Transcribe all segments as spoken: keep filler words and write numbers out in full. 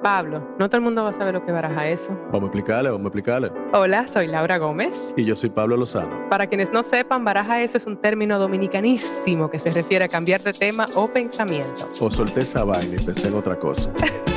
Pablo, no todo el mundo va a saber lo que baraja eso. Vamos a explicarle, vamos a explicarle. Hola, soy Laura Gómez. Y yo soy Pablo Lozano. Para quienes no sepan, baraja eso es un término dominicanísimo que se refiere a cambiar de tema o pensamiento. O solté esa vaina y pensé en otra cosa.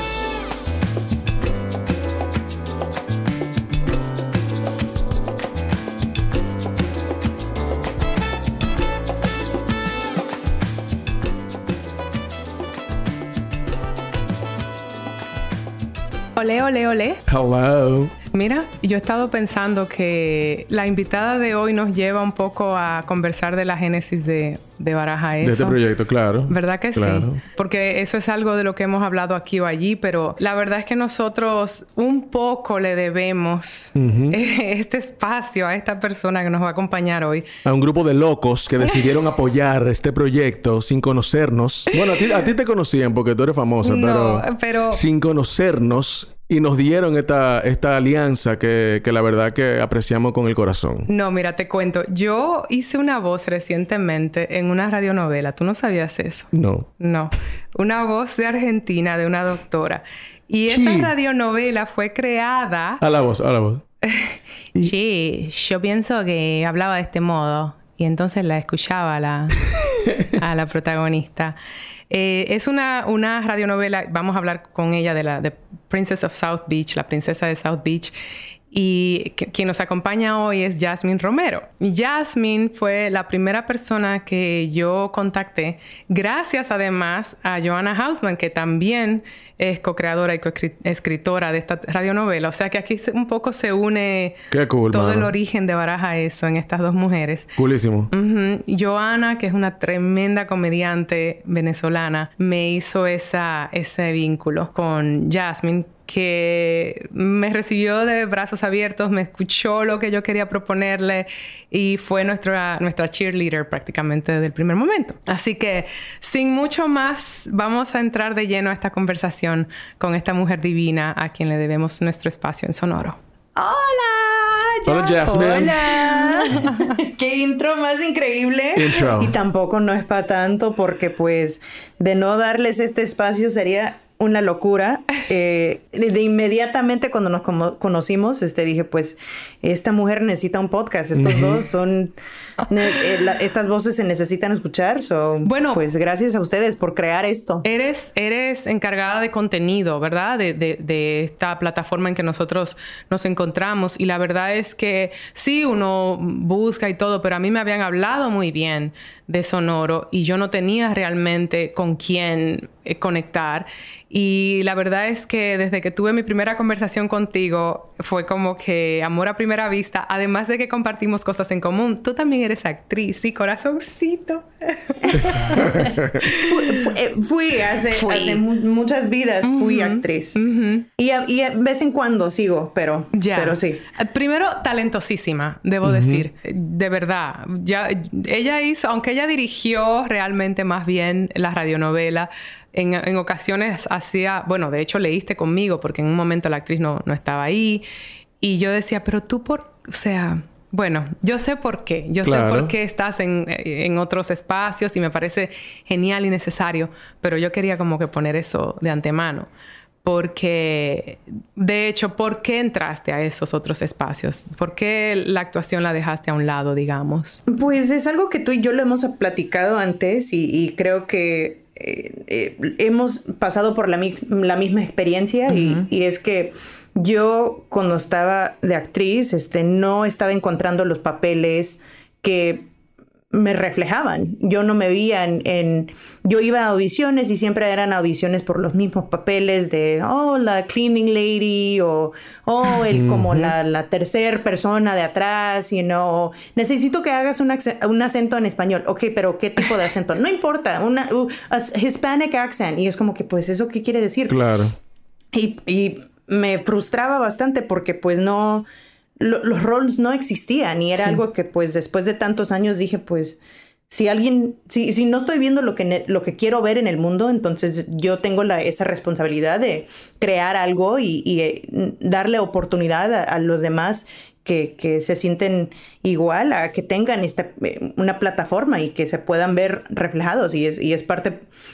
Ole, ole, ole. Hello. Mira, yo he estado pensando que la invitada de hoy nos lleva un poco a conversar de la génesis de, de Baraja Eso. De este proyecto, claro. ¿Verdad que claro. sí? Porque eso es algo de lo que hemos hablado aquí o allí, pero la verdad es que nosotros un poco le debemos uh-huh. este espacio a esta persona que nos va a acompañar hoy. A un grupo de locos que decidieron apoyar este proyecto sin conocernos. Bueno, a ti, a ti te conocían porque tú eres famosa, no, pero, pero sin conocernos. Y nos dieron esta, esta alianza que, que la verdad que apreciamos con el corazón. No, mira, te cuento. Yo hice una voz recientemente en una radionovela. ¿Tú no sabías eso? No. No. Una voz de Argentina, de una doctora. Y esa sí. radionovela fue creada... A la voz, a la voz. Sí, yo pienso que hablaba de este modo. Y entonces la escuchaba a la, a la protagonista. Eh, es una, una radionovela, vamos a hablar con ella de la de Princess of South Beach, la princesa de South Beach. Y que, quien nos acompaña hoy es Jasmine Romero. Y Jasmine fue la primera persona que yo contacté, gracias además a Joanna Hausman, que también es co-creadora y co-escritora de esta radionovela. O sea que aquí un poco se une Qué cool, todo mano. el origen de Baraja Eso en estas dos mujeres. Coolísimo. Uh-huh. Joanna, que es una tremenda comediante venezolana, me hizo esa, ese vínculo con Jasmine, que me recibió de brazos abiertos, me escuchó lo que yo quería proponerle y fue nuestra, nuestra cheerleader prácticamente desde el primer momento. Así que, sin mucho más, vamos a entrar de lleno a esta conversación con esta mujer divina a quien le debemos nuestro espacio en Sonoro. ¡Hola! Hola, Jasmine. ¡Hola! ¡Qué intro más increíble! Intro. Y tampoco no es para tanto porque, pues, de no darles este espacio sería una locura. Eh, de, de inmediatamente cuando nos como, conocimos, este, dije, pues, esta mujer necesita un podcast. Estos uh-huh. dos son... Ne, eh, la, estas voces se necesitan escuchar. So, bueno, pues, gracias a ustedes por crear esto. Eres, eres encargada de contenido, ¿verdad? De, de, de esta plataforma en que nosotros nos encontramos. Y la verdad es que sí, uno busca y todo, pero a mí me habían hablado muy bien de Sonoro y yo no tenía realmente con quién eh, conectar. Y la verdad es que desde que tuve mi primera conversación contigo fue como que amor a primera vista, además de que compartimos cosas en común. Tú también eres actriz, sí, corazoncito. fui, fui, fui, hace, fui hace mu- muchas vidas fui uh-huh. actriz. Uh-huh. Y, a, y a vez en cuando sigo, pero, ya. pero sí. Primero, talentosísima, debo uh-huh. decir. De verdad. Ya, ella hizo, aunque ella dirigió realmente más bien la radionovela, En, en ocasiones hacía... Bueno, de hecho leíste conmigo porque en un momento la actriz no, no estaba ahí. Y yo decía, pero tú por... O sea... Bueno, yo sé por qué. Yo claro. sé por qué estás en, en otros espacios y me parece genial y necesario. Pero yo quería como que poner eso de antemano. Porque, de hecho, ¿por qué entraste a esos otros espacios? ¿Por qué la actuación la dejaste a un lado, digamos? Pues es algo que tú y yo lo hemos platicado antes y, y creo que eh, eh, hemos pasado por la, mi- la misma experiencia uh-huh. y, y es que yo cuando estaba de actriz este, no estaba encontrando los papeles que me reflejaban. Yo no me veía en, en... Yo iba a audiciones y siempre eran audiciones por los mismos papeles de, oh, la cleaning lady o, oh, el, uh-huh. como la, la tercer persona de atrás, you know. Necesito que hagas un, ac- un acento en español. Ok, pero ¿qué tipo de acento? No importa, una uh, a Hispanic accent. Y es como que, pues, ¿eso qué quiere decir? Claro. Y, y me frustraba bastante porque, pues, no... Lo, los roles no existían y era sí. algo que pues después de tantos años dije pues si alguien, si, si no estoy viendo lo que, ne- lo que quiero ver en el mundo, entonces yo tengo la, esa responsabilidad de crear algo y, y eh, darle oportunidad a, a los demás que, que se sienten igual, a que tengan esta, eh, una plataforma y que se puedan ver reflejados y es, y es parte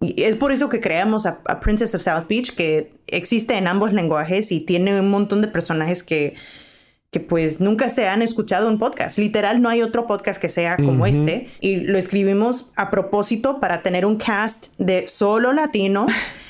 Y es por eso que creamos a, a Princess of South Beach, que existe en ambos lenguajes y tiene un montón de personajes que, que pues nunca se han escuchado en podcast. Literal, no hay otro podcast que sea como uh-huh. este. Y lo escribimos a propósito para tener un cast de solo latinos.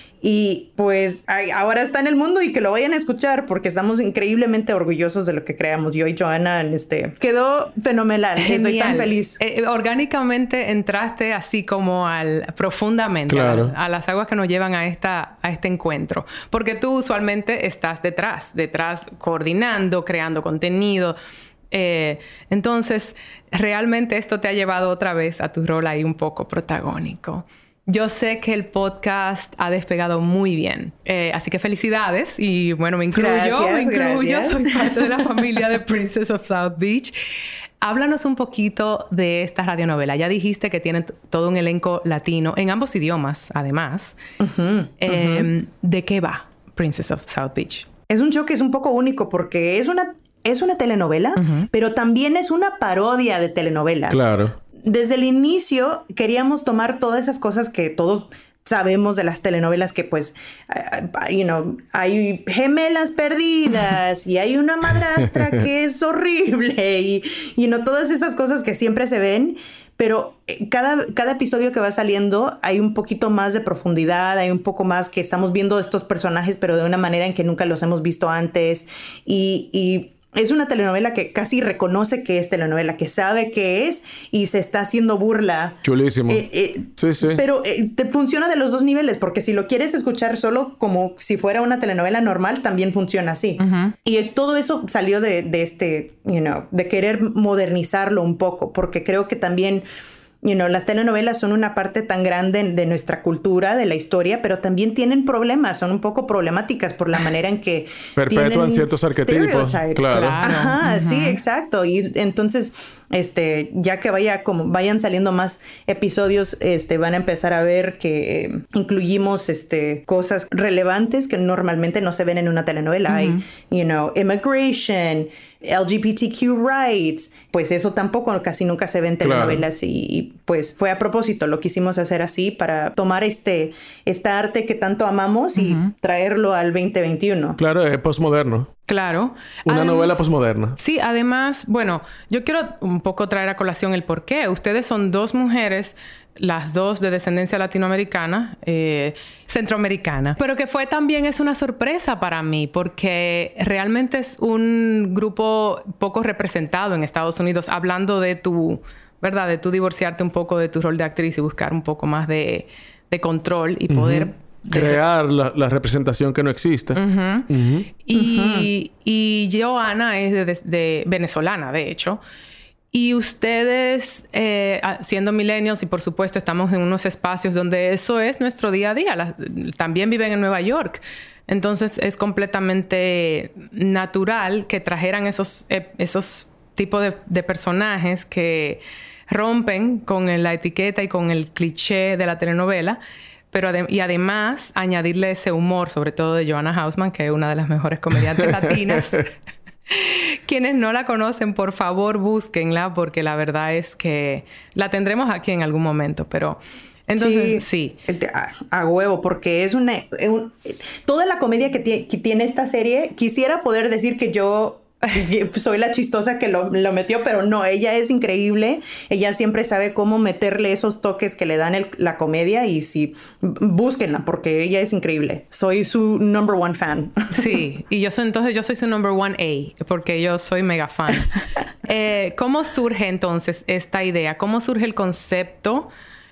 Y pues ay, ahora está en el mundo y que lo vayan a escuchar porque estamos increíblemente orgullosos de lo que creamos. Yo y Joanna, este, quedó fenomenal. Genial. Estoy tan feliz. Eh, orgánicamente entraste así como al profundamente claro. a, a las aguas que nos llevan a, esta, a este encuentro. Porque tú usualmente estás detrás, detrás coordinando, creando contenido. Eh, entonces, realmente esto te ha llevado otra vez a tu rol ahí un poco protagónico. Yo sé que el podcast ha despegado muy bien. Eh, así que felicidades. Y bueno, me incluyo. Gracias, me incluyo. gracias. Soy parte de la familia de Princess of South Beach. Háblanos un poquito de esta radionovela. Ya dijiste que tiene t- todo un elenco latino en ambos idiomas, además. Uh-huh, eh, uh-huh. ¿De qué va Princess of South Beach? Es un show que es un poco único porque es una, es una telenovela, uh-huh. pero también es una parodia de telenovelas. Claro. Desde el inicio queríamos tomar todas esas cosas que todos sabemos de las telenovelas, que pues, uh, you know, hay gemelas perdidas y hay una madrastra que es horrible y, you know, todas esas cosas que siempre se ven, pero cada, cada episodio que va saliendo hay un poquito más de profundidad, hay un poco más que estamos viendo estos personajes, pero de una manera en que nunca los hemos visto antes y... y es una telenovela que casi reconoce que es telenovela, que sabe que es y se está haciendo burla. Chulísimo. Eh, eh, sí, sí. Pero eh, te funciona de los dos niveles, porque si lo quieres escuchar solo como si fuera una telenovela normal, también funciona así. Uh-huh. Y todo eso salió de, de este, you know, de querer modernizarlo un poco, porque creo que también... You know, las telenovelas son una parte tan grande de nuestra cultura, de la historia, pero también tienen problemas, son un poco problemáticas por la manera en que perpetúan ciertos arquetipos. Claro. Ajá, uh-huh. Sí, exacto. Y entonces, este, ya que vaya como vayan saliendo más episodios, este, van a empezar a ver que eh, incluimos este cosas relevantes que normalmente no se ven en una telenovela. Uh-huh. Hay, you know, immigration, L G B T Q rights, pues eso tampoco casi nunca se ve en telenovelas. Claro. y, y pues fue a propósito, lo quisimos hacer así para tomar este, esta arte que tanto amamos y uh-huh. traerlo al veinte veintiuno. Claro, es postmoderno. Claro. Una además, novela postmoderna. Sí, además, bueno, yo quiero un poco traer a colación el por qué. Ustedes son dos mujeres, las dos de descendencia latinoamericana, eh, centroamericana, pero que fue también es una sorpresa para mí porque realmente es un grupo poco representado en Estados Unidos, hablando de tu, ¿verdad? De tu divorciarte un poco de tu rol de actriz y buscar un poco más de, de control y poder... Uh-huh. Crear la, la representación que no existe. Uh-huh. Uh-huh. Y, uh-huh. y Joanna es de, de, de venezolana, de hecho. Y ustedes, eh, siendo millennials, y por supuesto estamos en unos espacios donde eso es nuestro día a día. Las, también viven en Nueva York. Entonces es completamente natural que trajeran esos, eh, esos tipos de, de personajes que rompen con la etiqueta y con el cliché de la telenovela. Pero ade- y además añadirle ese humor, sobre todo de Joanna Hausman, que es una de las mejores comediantes latinas. Quienes no la conocen, por favor, búsquenla, porque la verdad es que la tendremos aquí en algún momento, pero... Entonces, sí. sí. A, a huevo, porque es una... Un, toda la comedia que, tie, que tiene esta serie, quisiera poder decir que yo... soy la chistosa que lo, lo metió, pero no, ella es increíble. Ella siempre sabe cómo meterle esos toques que le dan el, la comedia y sí, búsquenla porque ella es increíble. Soy su number one fan. Sí, y yo soy, entonces yo soy su number one A porque yo soy mega fan. Eh, ¿Cómo surge entonces esta idea? ¿Cómo surge el concepto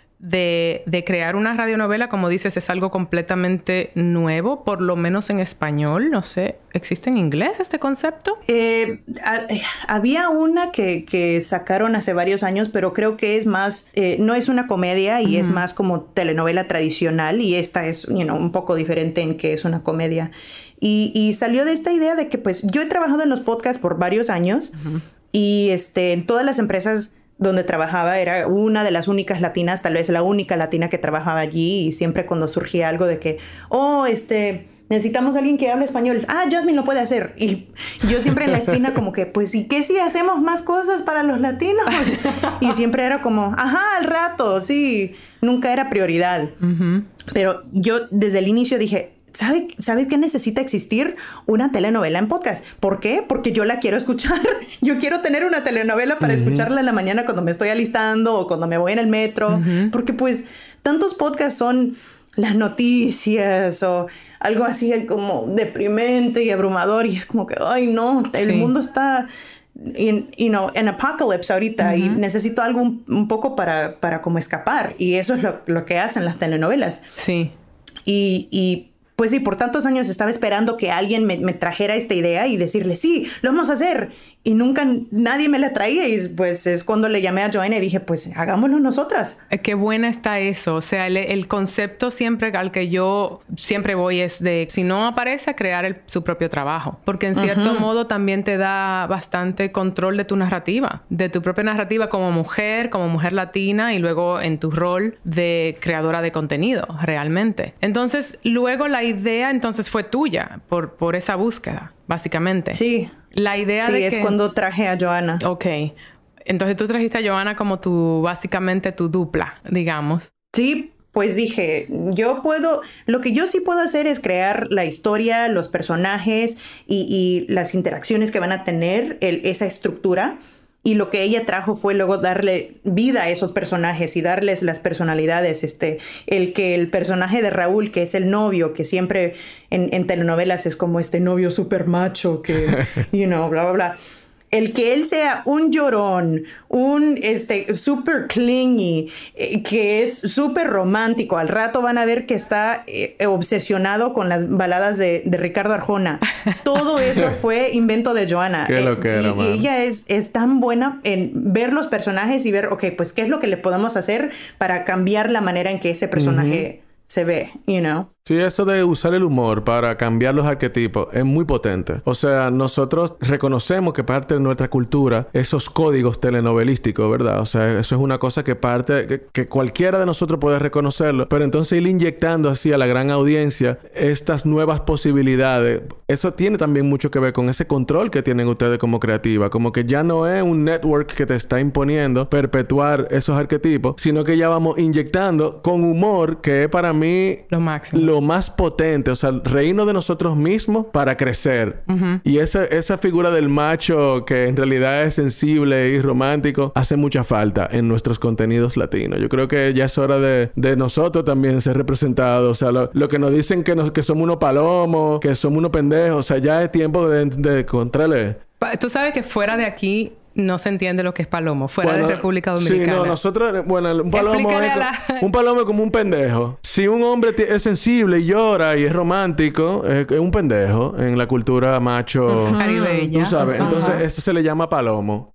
de, de crear una radionovela? Como dices, es algo completamente nuevo, por lo menos en español. No sé, ¿existe en inglés este concepto? Eh, a, había una que, que sacaron hace varios años, pero creo que es más, eh, no es una comedia y uh-huh. es más como telenovela tradicional, y esta es, you know, un poco diferente en que es una comedia. Y, y salió de esta idea de que pues yo he trabajado en los podcasts por varios años uh-huh. y este, en todas las empresas donde trabajaba era una de las únicas latinas, tal vez la única latina que trabajaba allí, y siempre cuando surgía algo de que, oh, este, necesitamos a alguien que hable español, ah, Jasmine lo puede hacer, y yo siempre en la esquina como que, pues, ¿y qué si hacemos más cosas para los latinos? Y siempre era como, ajá, al rato, sí, nunca era prioridad. Uh-huh. Pero yo desde el inicio dije, ¿Sabe, ¿Sabe qué necesita existir? Una telenovela en podcast. ¿Por qué? Porque yo la quiero escuchar. Yo quiero tener una telenovela para uh-huh. escucharla en la mañana cuando me estoy alistando o cuando me voy en el metro. Uh-huh. Porque pues tantos podcasts son las noticias o algo así como deprimente y abrumador. Y es como que, ay no, el sí. mundo está... In, you know, en apocalypse ahorita uh-huh. y necesito algo un, un poco para, para como escapar. Y eso es lo, lo que hacen las telenovelas. Sí. Y... y pues sí, por tantos años estaba esperando que alguien me, me trajera esta idea y decirle, sí, lo vamos a hacer. Y nunca nadie me la traía. Y pues es cuando le llamé a Joanna y dije, pues hagámoslo nosotras. Qué buena está eso. O sea, el, el concepto siempre al que yo siempre voy es de, si no aparece, crear el, su propio trabajo. Porque en cierto uh-huh. modo también te da bastante control de tu narrativa. De tu propia narrativa como mujer, como mujer latina y luego en tu rol de creadora de contenido, realmente. Entonces, luego la idea entonces fue tuya por, por esa búsqueda, básicamente. Sí. La idea sí, de es que... cuando traje a Joanna. Ok. Entonces tú trajiste a Joanna como tu, básicamente tu dupla, digamos. Sí, pues dije, yo puedo... Lo que yo sí puedo hacer es crear la historia, los personajes y, y las interacciones que van a tener, el, esa estructura. Y lo que ella trajo fue luego darle vida a esos personajes y darles las personalidades. Este, el que el personaje de Raúl, que es el novio, que siempre en, en telenovelas es como este novio súper macho que, you know, bla, bla, bla. El que él sea un llorón, un este súper clingy, eh, que es súper romántico. Al rato van a ver que está eh, obsesionado con las baladas de, de Ricardo Arjona. Todo eso fue invento de Joanna. Qué eh, lo que era, y, y ella es, es tan buena en ver los personajes y ver, ok, pues qué es lo que le podemos hacer para cambiar la manera en que ese personaje... Uh-huh. se ve, you know. Sí, eso de usar el humor para cambiar los arquetipos es muy potente. O sea, nosotros reconocemos que parte de nuestra cultura, esos códigos telenovelísticos, ¿verdad? O sea, eso es una cosa que parte, que, que cualquiera de nosotros puede reconocerlo. Pero entonces ir inyectando así a la gran audiencia estas nuevas posibilidades, eso tiene también mucho que ver con ese control que tienen ustedes como creativa. Como que ya no es un network que te está imponiendo perpetuar esos arquetipos, sino que ya vamos inyectando con humor, que es para mí lo máximo. Lo más potente, o sea, reírnos de nosotros mismos para crecer. Uh-huh. Y esa, esa figura del macho que en realidad es sensible y romántico hace mucha falta en nuestros contenidos latinos. Yo creo que ya es hora de, de nosotros también ser representados. O sea, lo, lo que nos dicen que, nos, que somos unos palomos, que somos unos pendejos, o sea, ya es tiempo de, de contrale. Tú sabes que fuera de aquí no se entiende lo que es palomo, fuera bueno, de República Dominicana. Sí, no, nosotros, bueno, un palomo es, la... un palomo es como un pendejo. Si un hombre t- es sensible y llora y es romántico, es, es un pendejo en la cultura macho caribeña. Tú sabes, uh-huh. Entonces eso se le llama palomo.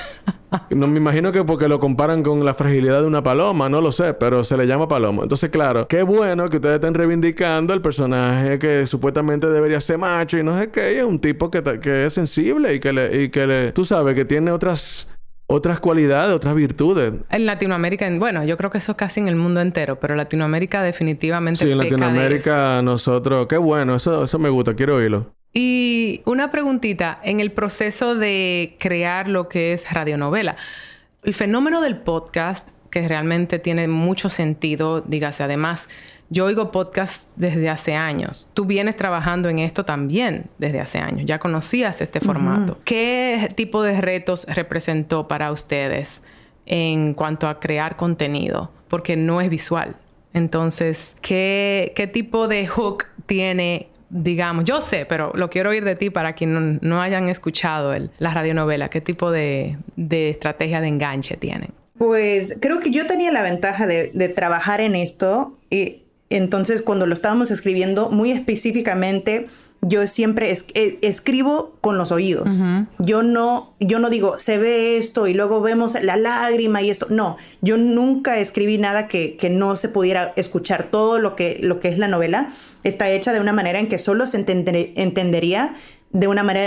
No me imagino que porque lo comparan con la fragilidad de una paloma, no lo sé, pero se le llama palomo. Entonces, claro, qué bueno que ustedes estén reivindicando el personaje que supuestamente debería ser macho y no sé qué, y es un tipo que, que es sensible y que le, y que le, tú sabes, que tiene otras otras cualidades, otras virtudes. En Latinoamérica, bueno, yo creo que eso es casi en el mundo entero, pero Latinoamérica definitivamente sí, en Latinoamérica nosotros, qué bueno, eso, eso me gusta, quiero oírlo. Y una preguntita, en el proceso de crear lo que es radionovela, el fenómeno del podcast, que realmente tiene mucho sentido, dígase, además, yo oigo podcast desde hace años. Tú vienes trabajando en esto también desde hace años. Ya conocías este formato. Uh-huh. ¿Qué tipo de retos representó para ustedes en cuanto a crear contenido? Porque no es visual. Entonces, ¿qué, qué tipo de hook tiene? Digamos, yo sé, pero lo quiero oír de ti para quienes no, no hayan escuchado el, la radionovela. ¿Qué tipo de, de estrategia de enganche tienen? Pues creo que yo tenía la ventaja de, de trabajar en esto. Y entonces, cuando lo estábamos escribiendo, muy específicamente, yo siempre es, es, escribo con los oídos. Uh-huh. Yo no, yo no digo, se ve esto y luego vemos la lágrima y esto. No, yo nunca escribí nada que, que no se pudiera escuchar. Todo lo que, lo que es la novela está hecha de una manera en que solo se entender, entendería de una manera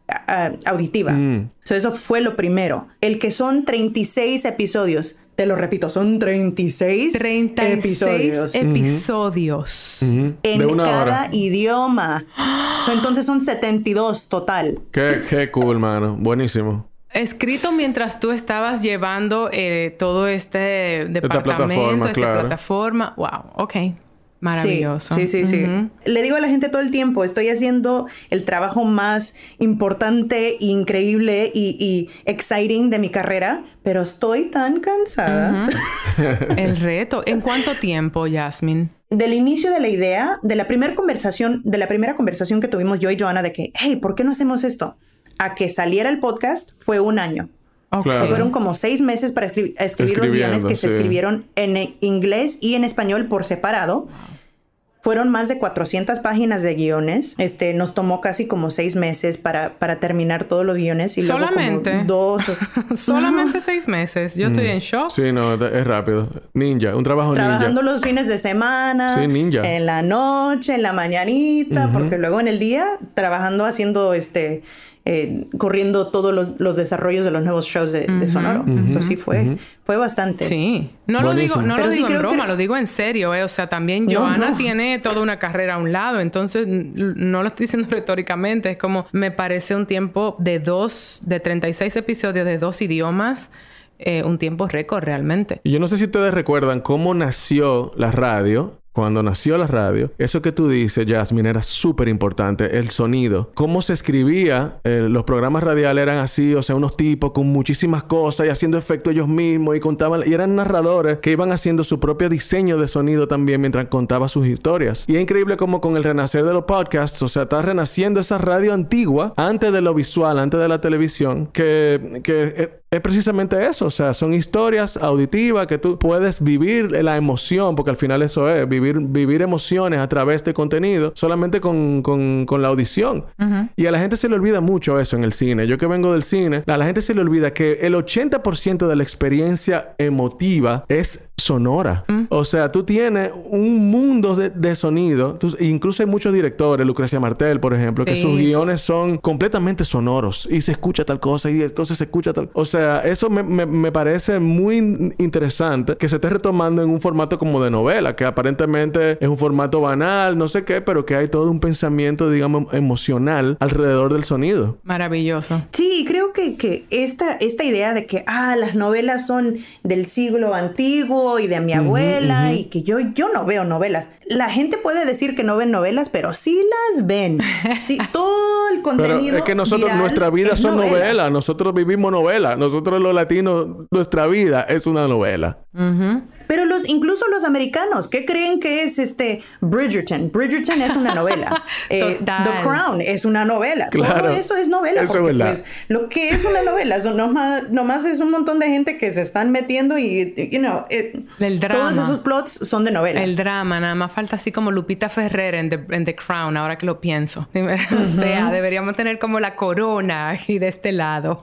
uh, auditiva. Mm. So, eso fue lo primero. El que son treinta y seis episodios. Te lo repito, son treinta y seis, treinta y seis episodios. episodios. Uh-huh. En de una cada hora. idioma. So, entonces son setenta y dos total. Qué, qué cool, mano. Buenísimo. Escrito mientras tú estabas llevando eh, todo este departamento, esta plataforma, esta claro. plataforma. Wow, ok. Maravilloso. Sí, sí, sí. Uh-huh. sí. Le digo a la gente todo el tiempo, estoy haciendo el trabajo más importante, increíble y, y exciting de mi carrera, pero estoy tan cansada. Uh-huh. El reto. ¿En cuánto tiempo, Jasmine? Del inicio de la idea, de la primera conversación, de la primera conversación que tuvimos yo y Joanna de que, hey, ¿por qué no hacemos esto? A que saliera el podcast fue un año. Okay. Claro. O sea, fueron como seis meses para escri- escribir los guiones que sí. se escribieron en inglés y en español por separado. Fueron más de cuatrocientas páginas de guiones. Este, nos tomó casi como seis meses para, para terminar todos los guiones. Y Solamente. Luego como dos. Solamente seis meses. Yo mm. estoy en shock. Sí, no, es rápido. Ninja, un trabajo Trabajando ninja. los fines de semana. Sí, ninja. En la noche, en la mañanita. Uh-huh. Porque luego en el día, trabajando, haciendo este... Eh, corriendo todos los, los desarrollos de los nuevos shows de, uh-huh, de Sonoro. Uh-huh, Eso sí fue, uh-huh. fue bastante. Sí. No Buenísimo. lo digo, no Pero lo digo sí en broma, que... lo digo en serio. Eh. O sea, también Joanna no, no. tiene toda una carrera a un lado. Entonces, no lo estoy diciendo retóricamente. Es como, me parece un tiempo de dos, de treinta y seis episodios de dos idiomas. Eh, un tiempo récord realmente. Y yo no sé si ustedes recuerdan cómo nació la radio. Cuando nació la radio, eso que tú dices, Jasmine, era súper importante. El sonido. Cómo se escribía. Eh, los programas radiales eran así. O sea, unos tipos con muchísimas cosas y haciendo efectos ellos mismos. Y contaban... Y eran narradores que iban haciendo su propio diseño de sonido también mientras contaban sus historias. Y es increíble como con el renacer de los podcasts. O sea, está renaciendo esa radio antigua antes de lo visual, antes de la televisión. Que... que es precisamente eso. O sea, son historias auditivas que tú puedes vivir la emoción. Porque al final eso es. Vivir, vivir emociones a través de contenido. Solamente con, con, con la audición. Uh-huh. Y a la gente se le olvida mucho eso en el cine. Yo que vengo del cine. A la gente se le olvida que el ochenta por ciento de la experiencia emotiva es sonora. Uh-huh. O sea, tú tienes un mundo de, de sonido. Tú, incluso hay muchos directores. Lucrecia Martel, por ejemplo. Sí. Que sus guiones son completamente sonoros. Y se escucha tal cosa. Y entonces se escucha tal... O sea, O sea, eso me, me, me parece muy interesante que se esté retomando en un formato como de novela, que aparentemente es un formato banal, no sé qué, pero que hay todo un pensamiento, digamos, emocional alrededor del sonido. Maravilloso. Sí, creo que, que esta, esta idea de que, ah, las novelas son del siglo antiguo y de mi abuela uh-huh, uh-huh. y que yo, yo no veo novelas. La gente puede decir que no ven novelas, pero sí las ven. Sí, todo el contenido Pero es que nosotros, nuestra vida son novelas. Novela. Nosotros vivimos novelas. Nosotros los latinos, nuestra vida es una novela. Uh-huh. Pero los, incluso los americanos, ¿qué creen que es este Bridgerton? Bridgerton es una novela. eh, The Crown es una novela. Claro. Todo eso es novela. Eso porque, es verdad. Pues, lo que es una novela, eso nomás, nomás es un montón de gente que se están metiendo y, you know, it, el drama. Todos esos plots son de novela. El drama, nada más falta así como Lupita Ferrer en The, en The Crown, ahora que lo pienso. Uh-huh. O sea, deberíamos tener como la corona aquí de este lado.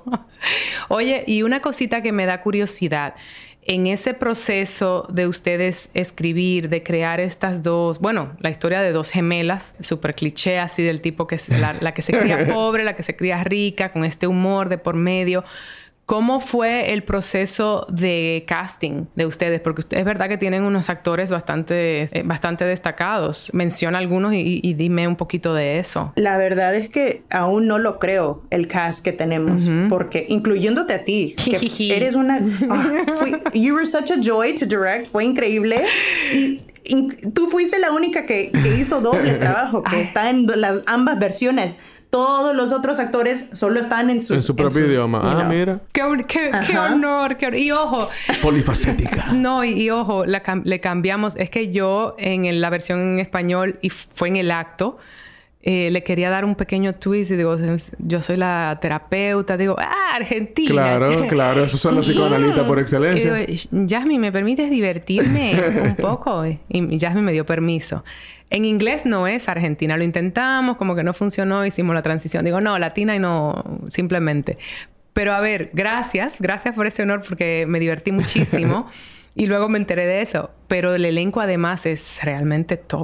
Oye, y una cosita que me da curiosidad. En ese proceso de ustedes escribir, de crear estas dos... Bueno, la historia de dos gemelas, súper cliché así del tipo que es la, la que se cría pobre, la que se cría rica, con este humor de por medio... ¿Cómo fue el proceso de casting de ustedes? Porque es verdad que tienen unos actores bastante, eh, bastante destacados. Menciona algunos y, y dime un poquito de eso. La verdad es que aún no lo creo, el cast que tenemos. Uh-huh. Porque, incluyéndote a ti, que eres una... Oh, fui, you were such a joy to direct. Fue increíble. Y... tú fuiste la única que, que hizo doble trabajo, que está en las ambas versiones. Todos los otros actores solo están en, sus, en su propio en sus, idioma. Ah, know. Mira. Qué, qué, qué honor, qué honor. Y ojo. Polifacética. No, y, y ojo, la, le cambiamos. Es que yo en el, la versión en español, y fue en el acto, eh, le quería dar un pequeño twist y digo, yo soy la terapeuta. Digo, ah, Argentina. Claro, claro. Esos son los psicoanalistas por excelencia. Y digo, Jasmine, ¿me permites divertirme un poco? Y, y Jasmine me dio permiso. En inglés no es Argentina. Lo intentamos, como que no funcionó. Hicimos la transición. Digo, no, latina y no... Simplemente. Pero a ver, gracias. Gracias por ese honor porque me divertí muchísimo. Y luego me enteré de eso. Pero el elenco además es realmente top.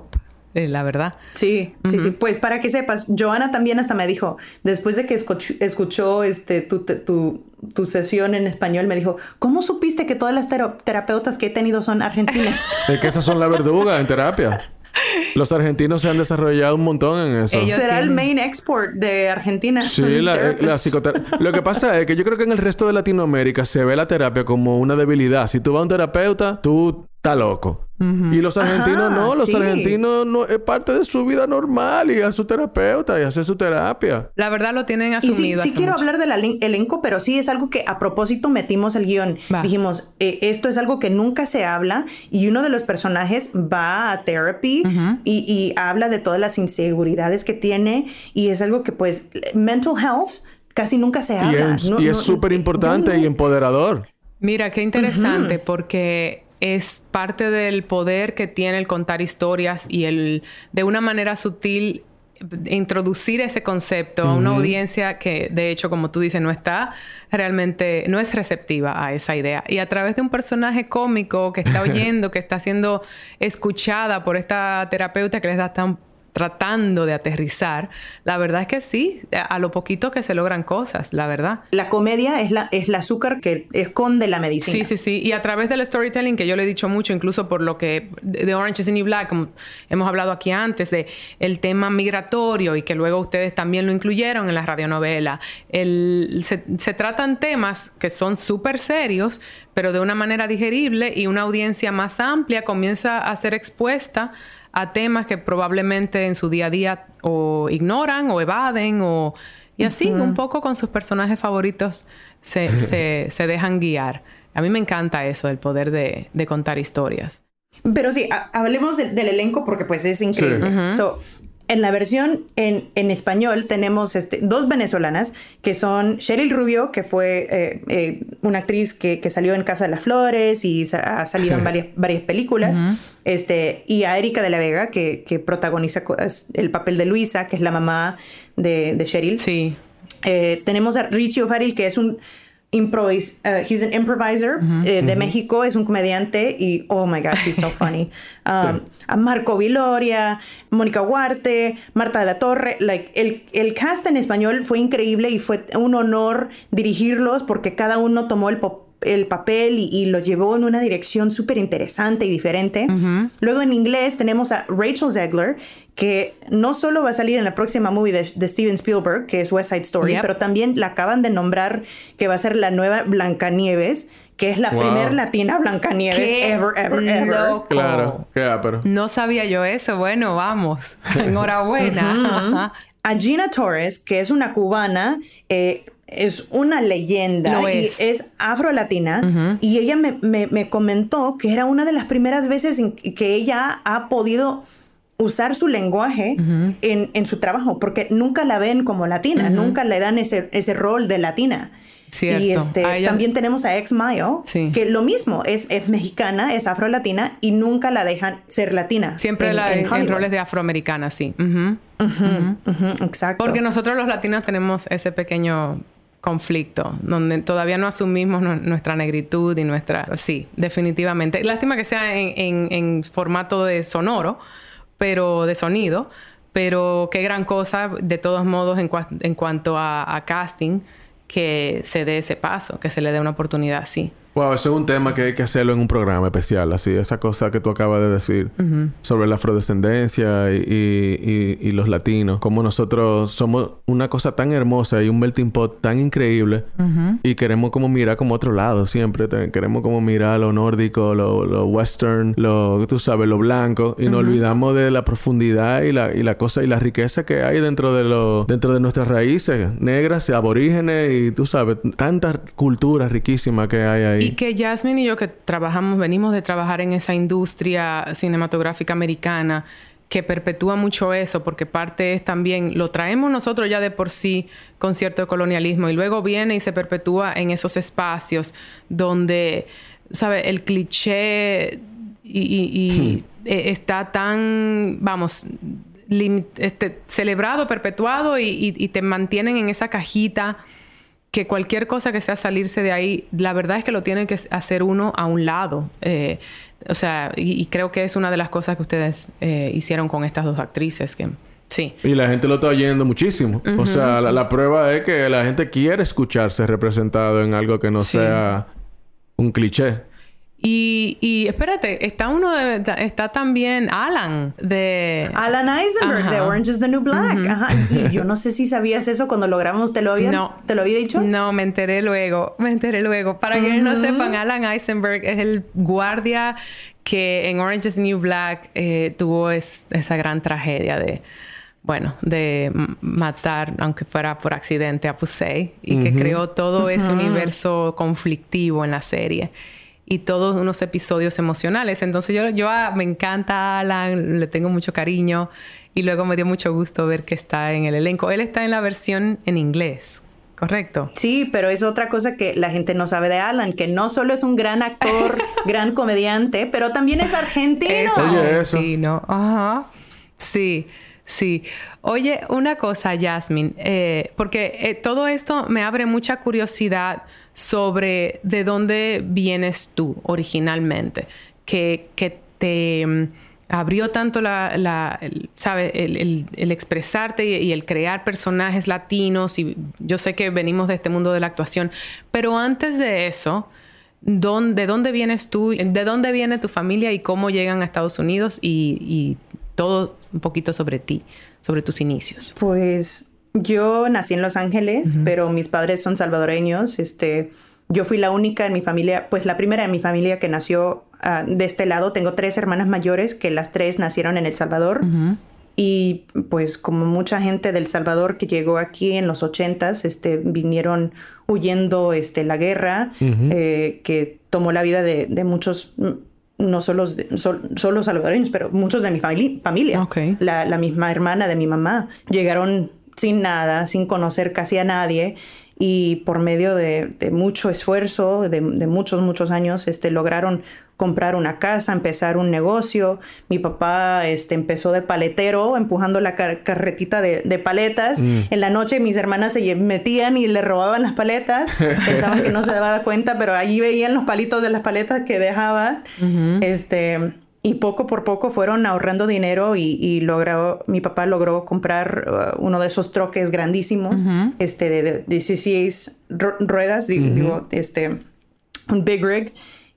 eh, la verdad. Sí, sí, uh-huh. sí. Pues para que sepas, Joana también hasta me dijo, después de que escuchó, escuchó este, tu, tu, tu sesión en español, me dijo, ¿cómo supiste que todas las tera- terapeutas que he tenido son argentinas? Es que esas son la verduga en terapia. Los argentinos se han desarrollado un montón en eso. Ellos Será tienen... el main export de Argentina. Sí, la, la psicoterapia. Lo que pasa es que yo creo que en el resto de Latinoamérica se ve la terapia como una debilidad. Si tú vas a un terapeuta, tú estás loco. Uh-huh. Y los argentinos Ajá, no. Los sí. argentinos no es parte de su vida normal y a su terapeuta y hace su terapia. La verdad lo tienen asumido. Y sí, sí quiero mucho. hablar del elenco, pero sí es algo que a propósito metimos el guión. Va. Dijimos, eh, esto es algo que nunca se habla y uno de los personajes va a therapy uh-huh. y, y habla de todas las inseguridades que tiene y es algo que pues mental health casi nunca se habla. Y es súper no, importante no, no. y empoderador. Mira, qué interesante uh-huh. porque es parte del poder que tiene el contar historias y el de una manera sutil introducir ese concepto uh-huh. a una audiencia que, de hecho, como tú dices, no está realmente, no es receptiva a esa idea. Y a través de un personaje cómico que está oyendo, que está siendo escuchada por esta terapeuta que les da tan tratando de aterrizar, la verdad es que sí, a lo poquito que se logran cosas, la verdad. La comedia es la es el azúcar que esconde la medicina. Sí, sí, sí. Y a través del storytelling, que yo le he dicho mucho, incluso por lo que de Orange is the New Black, como hemos hablado aquí antes, de el tema migratorio y que luego ustedes también lo incluyeron en la radionovela. El, se, se tratan temas que son súper serios, pero de una manera digerible y una audiencia más amplia comienza a ser expuesta a temas que probablemente en su día a día o ignoran o evaden o... Y así, uh-huh. un poco con sus personajes favoritos se, se, se dejan guiar. A mí me encanta eso, el poder de, de contar historias. Pero sí, a, hablemos de, del elenco porque pues es increíble. Sí. Uh-huh. So, en la versión en, en español tenemos este, dos venezolanas que son Cheryl Rubio, que fue eh, eh, una actriz que, que salió en Casa de las Flores y sa- ha salido en varias, varias películas. Uh-huh. Este, y a Erika de la Vega, que, que protagoniza el papel de Luisa, que es la mamá de, de Cheryl. Sí. Eh, tenemos a Richie O'Farrill, que es un... Improvise, uh, he's an improviser uh-huh, eh, de uh-huh. México, es un comediante y oh my god, he's so funny. Um, a Marco Viloria, Mónica Huarte, Marta de la Torre, like, el, el cast en español fue increíble y fue un honor dirigirlos porque cada uno tomó el pop el papel y, y lo llevó en una dirección súper interesante y diferente. Uh-huh. Luego en inglés tenemos a Rachel Zegler, que no solo va a salir en la próxima movie de, de Steven Spielberg, que es West Side Story, yep. pero también la acaban de nombrar que va a ser la nueva Blancanieves, que es la wow. primer latina Blancanieves ever, ever, ever. Loco. Claro, qué ápero. No sabía yo eso. Bueno, vamos. Enhorabuena. Uh-huh. A Gina Torres, que es una cubana, eh, es una leyenda Lo y es, es afro-latina. Uh-huh. Y ella me, me, me comentó que era una de las primeras veces en que ella ha podido usar su lenguaje uh-huh. en, en su trabajo, porque nunca la ven como latina, uh-huh. nunca le dan ese, ese rol de latina. Cierto. Y este, ella... también tenemos a Ex Mayo, sí. que lo mismo, es, es mexicana, es afro-latina y nunca la dejan ser latina. Siempre en, la, en, en roles de afroamericana, sí. Uh-huh. Uh-huh. Uh-huh. Uh-huh. Exacto. Porque nosotros los latinos tenemos ese pequeño conflicto donde todavía no asumimos no, nuestra negritud y nuestra... Sí, definitivamente. Lástima que sea en, en, en formato de sonoro, pero de sonido, pero qué gran cosa de todos modos en, cua- en cuanto a, a casting, que se dé ese paso, que se le dé una oportunidad así. Wow, eso es un tema que hay que hacerlo en un programa especial, así, esa cosa que tú acabas de decir uh-huh. sobre la afrodescendencia y, y, y, y los latinos, como nosotros somos una cosa tan hermosa y un melting pot tan increíble uh-huh. y queremos como mirar como otro lado siempre, queremos como mirar lo nórdico, lo, lo western, lo, tú sabes, lo blanco y uh-huh. nos olvidamos de la profundidad y la, y la cosa y la riqueza que hay dentro de lo, dentro de nuestras raíces negras, aborígenes y tú sabes, tanta cultura riquísima que hay ahí. Y que Jasmine y yo que trabajamos, venimos de trabajar en esa industria cinematográfica americana que perpetúa mucho eso, porque parte es también, lo traemos nosotros ya de por sí con cierto colonialismo y luego viene y se perpetúa en esos espacios donde, ¿sabes? El cliché y, y, y sí. está tan, vamos, lim- este, celebrado, perpetuado y, y, y te mantienen en esa cajita que cualquier cosa que sea salirse de ahí, la verdad es que lo tiene que hacer uno a un lado. Eh, o sea, y, y creo que es una de las cosas que ustedes eh, hicieron con estas dos actrices que... Sí. Y la gente lo está oyendo muchísimo. Uh-huh. O sea, la, la prueba es que la gente quiere escucharse representado en algo que no sí. sea un cliché. Y, y espérate, está uno de, está también Alan de... Alan Eisenberg Ajá. de Orange is the New Black. Uh-huh. Ajá. Y yo no sé si sabías eso cuando lo grabamos. ¿Te lo había, no. ¿te lo había dicho? No, me enteré luego. Me enteré luego. Para uh-huh. quienes no sepan, Alan Eisenberg es el guardia que en Orange is the New Black eh, tuvo es, esa gran tragedia de... Bueno, de matar, aunque fuera por accidente, a Pusey. Y uh-huh. que creó todo uh-huh. ese universo conflictivo en la serie. Y todos unos episodios emocionales. Entonces yo, yo ah, me encanta Alan, le tengo mucho cariño. Y luego me dio mucho gusto ver que está en el elenco. Él está en la versión en inglés, ¿correcto? Sí, pero es otra cosa que la gente no sabe de Alan. Que no solo es un gran actor, gran comediante, pero también es argentino. Es argentino. Ajá. Sí. Sí. Oye, una cosa, Jasmine, eh, porque eh, todo esto me abre mucha curiosidad sobre de dónde vienes tú originalmente, que, que te um, abrió tanto la, la el, ¿sabe? El, el, el expresarte y, y el crear personajes latinos, y yo sé que venimos de este mundo de la actuación, pero antes de eso, ¿dónde, ¿de dónde vienes tú? ¿De dónde viene tu familia y cómo llegan a Estados Unidos? Y... y todo un poquito sobre ti, sobre tus inicios. Pues yo nací en Los Ángeles, uh-huh. pero mis padres son salvadoreños. Este, yo fui la única en mi familia, pues la primera en mi familia que nació uh, de este lado. Tengo tres hermanas mayores que las tres nacieron en El Salvador. Uh-huh. Y pues como mucha gente del Salvador que llegó aquí en los ochentas, este, vinieron huyendo este, la guerra, uh-huh. eh, que tomó la vida de, de muchos... no solo, so, solo salvadoreños, pero muchos de mi fami- familia. Okay. La, la misma hermana de mi mamá. Llegaron sin nada, sin conocer casi a nadie. Y por medio de, de mucho esfuerzo, de, de muchos, muchos años, este, lograron comprar una casa, empezar un negocio. Mi papá este, empezó de paletero, empujando la car- carretita de, de paletas. Mm. En la noche mis hermanas se metían y le robaban las paletas. Pensaban que no se daba cuenta, pero allí veían los palitos de las paletas que dejaban. Uh-huh. Este... Y poco por poco fueron ahorrando dinero y, y logró, mi papá logró comprar uh, uno de esos troques grandísimos, uh-huh. este, de, de dieciséis ru- ruedas, uh-huh. digo, este, un big rig.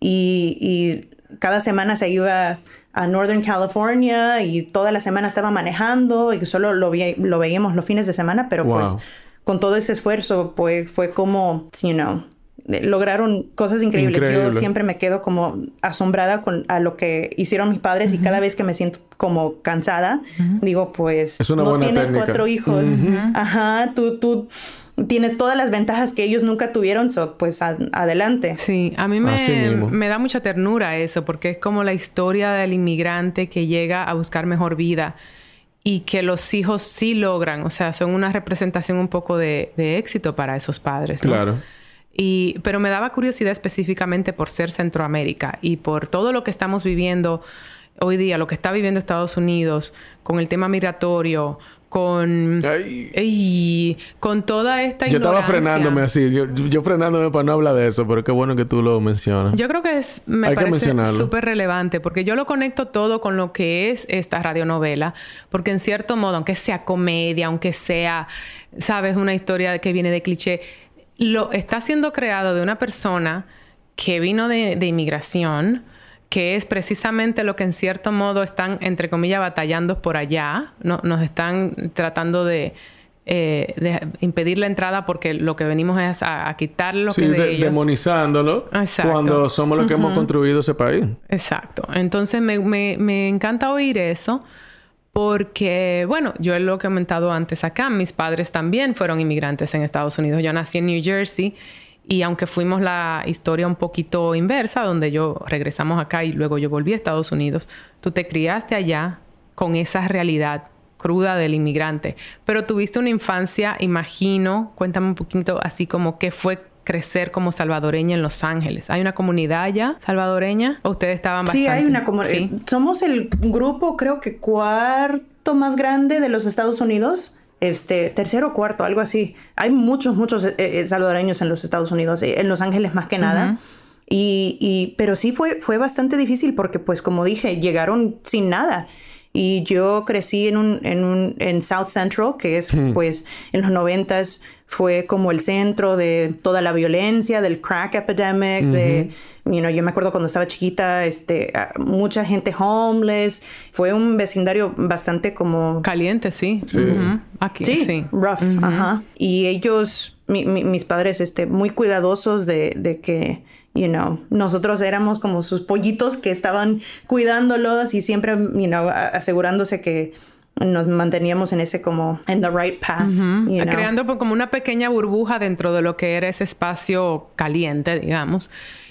Y, y cada semana se iba a Northern California y toda la semana estaba manejando y solo lo, vi- lo veíamos los fines de semana, pero wow. pues con todo ese esfuerzo pues fue como, you know... lograron cosas increíbles. Increíble. Yo siempre me quedo como asombrada con a lo que hicieron mis padres uh-huh. y cada vez que me siento como cansada, uh-huh. digo, pues es una no buena tienes técnica. Cuatro hijos. Uh-huh. Ajá, tú, tú tienes todas las ventajas que ellos nunca tuvieron, so, pues a, adelante. Sí, a mí me, me da mucha ternura eso, porque es como la historia del inmigrante que llega a buscar mejor vida y que los hijos sí logran, o sea, son una representación un poco de, de éxito para esos padres, ¿no? Claro. Y, pero me daba curiosidad específicamente por ser Centroamérica y por todo lo que estamos viviendo hoy día, lo que está viviendo Estados Unidos con el tema migratorio, con... Ay. Ey, con toda esta yo ignorancia. Yo estaba frenándome así, yo, yo frenándome para no hablar de eso, pero qué bueno que tú lo mencionas. Yo creo que es, me Hay parece súper relevante, porque yo lo conecto todo con lo que es esta radionovela, porque en cierto modo, aunque sea comedia, aunque sea, sabes, una historia que viene de cliché, lo está siendo creado de una persona que vino de, de inmigración, que es precisamente lo que en cierto modo están, entre comillas, batallando por allá. No, nos están tratando de, eh, de impedir la entrada porque lo que venimos es a, a quitar lo sí, que es de, de ellos. demonizándolo. Exacto. Cuando somos los que uh-huh. hemos construido ese país. Exacto. Entonces me, me, me encanta oír eso. Porque, bueno, yo lo que he comentado antes acá, mis padres también fueron inmigrantes en Estados Unidos. Yo nací en New Jersey y aunque fuimos la historia un poquito inversa, donde yo regresamos acá y luego yo volví a Estados Unidos, tú te criaste allá con esa realidad cruda del inmigrante. Pero tuviste una infancia, imagino, cuéntame un poquito así como qué fue crecer como salvadoreña en Los Ángeles. ¿Hay una comunidad allá salvadoreña? ¿O ustedes estaban bastante...? Sí, hay una comunidad. ¿Sí? Somos el grupo, creo que cuarto más grande de los Estados Unidos. este, tercero o cuarto, algo así. Hay muchos, muchos eh, salvadoreños en los Estados Unidos, eh, en Los Ángeles más que nada. Uh-huh. Y, y, pero sí fue, fue bastante difícil porque, pues, como dije, llegaron sin nada. Y yo crecí en un, en un, en South Central, que es, hmm. pues, en los noventas fue como el centro de toda la violencia, del crack epidemic, uh-huh. de, you know, yo me acuerdo cuando estaba chiquita, este, mucha gente homeless. Fue un vecindario bastante como... Caliente, sí. Sí. Uh-huh. Aquí, sí. sí. Rough, uh-huh. Ajá. Y ellos, mi, mi, mis padres, este, muy cuidadosos de, de que... You know, nosotros éramos como sus pollitos que estaban cuidándolos y siempre, you know, asegurándose que nos manteníamos en ese como en the right path. Uh-huh. You know? Creando como una pequeña burbuja dentro de lo que era ese espacio caliente, digamos.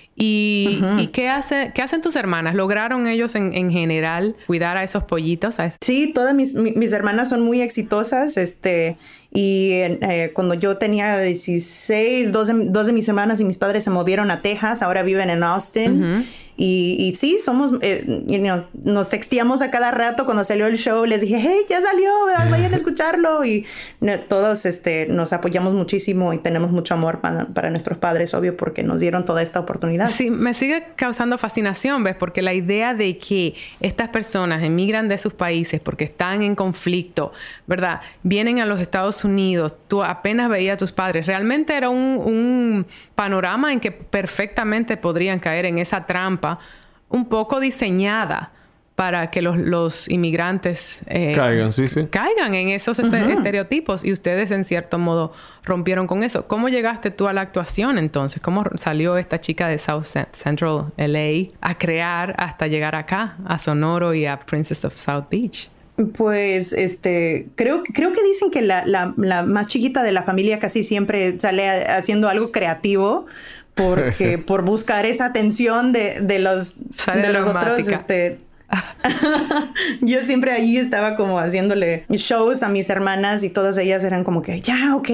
¿Y, uh-huh. ¿y qué, hace, qué hacen tus hermanas? ¿Lograron ellos en, en general cuidar a esos pollitos? ¿A ese? Sí, todas mis, mi, mis hermanas son muy exitosas. Este, y eh, cuando yo tenía dieciséis, dos de, dos de mis hermanas y mis padres se movieron a Texas. Ahora viven en Austin. Uh-huh. Y, y sí, somos, eh, you know, nos texteamos a cada rato. Cuando salió el show, les dije, hey, ya salió, vayan a escucharlo. Y no, todos este, nos apoyamos muchísimo y tenemos mucho amor para, para nuestros padres, obvio, porque nos dieron toda esta oportunidad. Sí, me sigue causando fascinación, ¿ves? Porque la idea de que estas personas emigran de sus países porque están en conflicto, ¿verdad? Vienen a los Estados Unidos, tú apenas veías a tus padres. Realmente era un, un panorama en que perfectamente podrían caer en esa trampa un poco diseñada para que los, los inmigrantes eh, caigan, sí, sí. caigan en esos uh-huh. estereotipos, y ustedes en cierto modo rompieron con eso. ¿Cómo llegaste tú a la actuación entonces? ¿Cómo salió esta chica de South Central L A a crear hasta llegar acá, a Sonoro y a Princess of South Beach? Pues, este, creo, creo que dicen que la, la, la más chiquita de la familia casi siempre sale a, haciendo algo creativo. Porque por buscar esa atención de, de los, de los otros, este... Yo siempre ahí estaba como haciéndole shows a mis hermanas y todas ellas eran como que, ya, ok,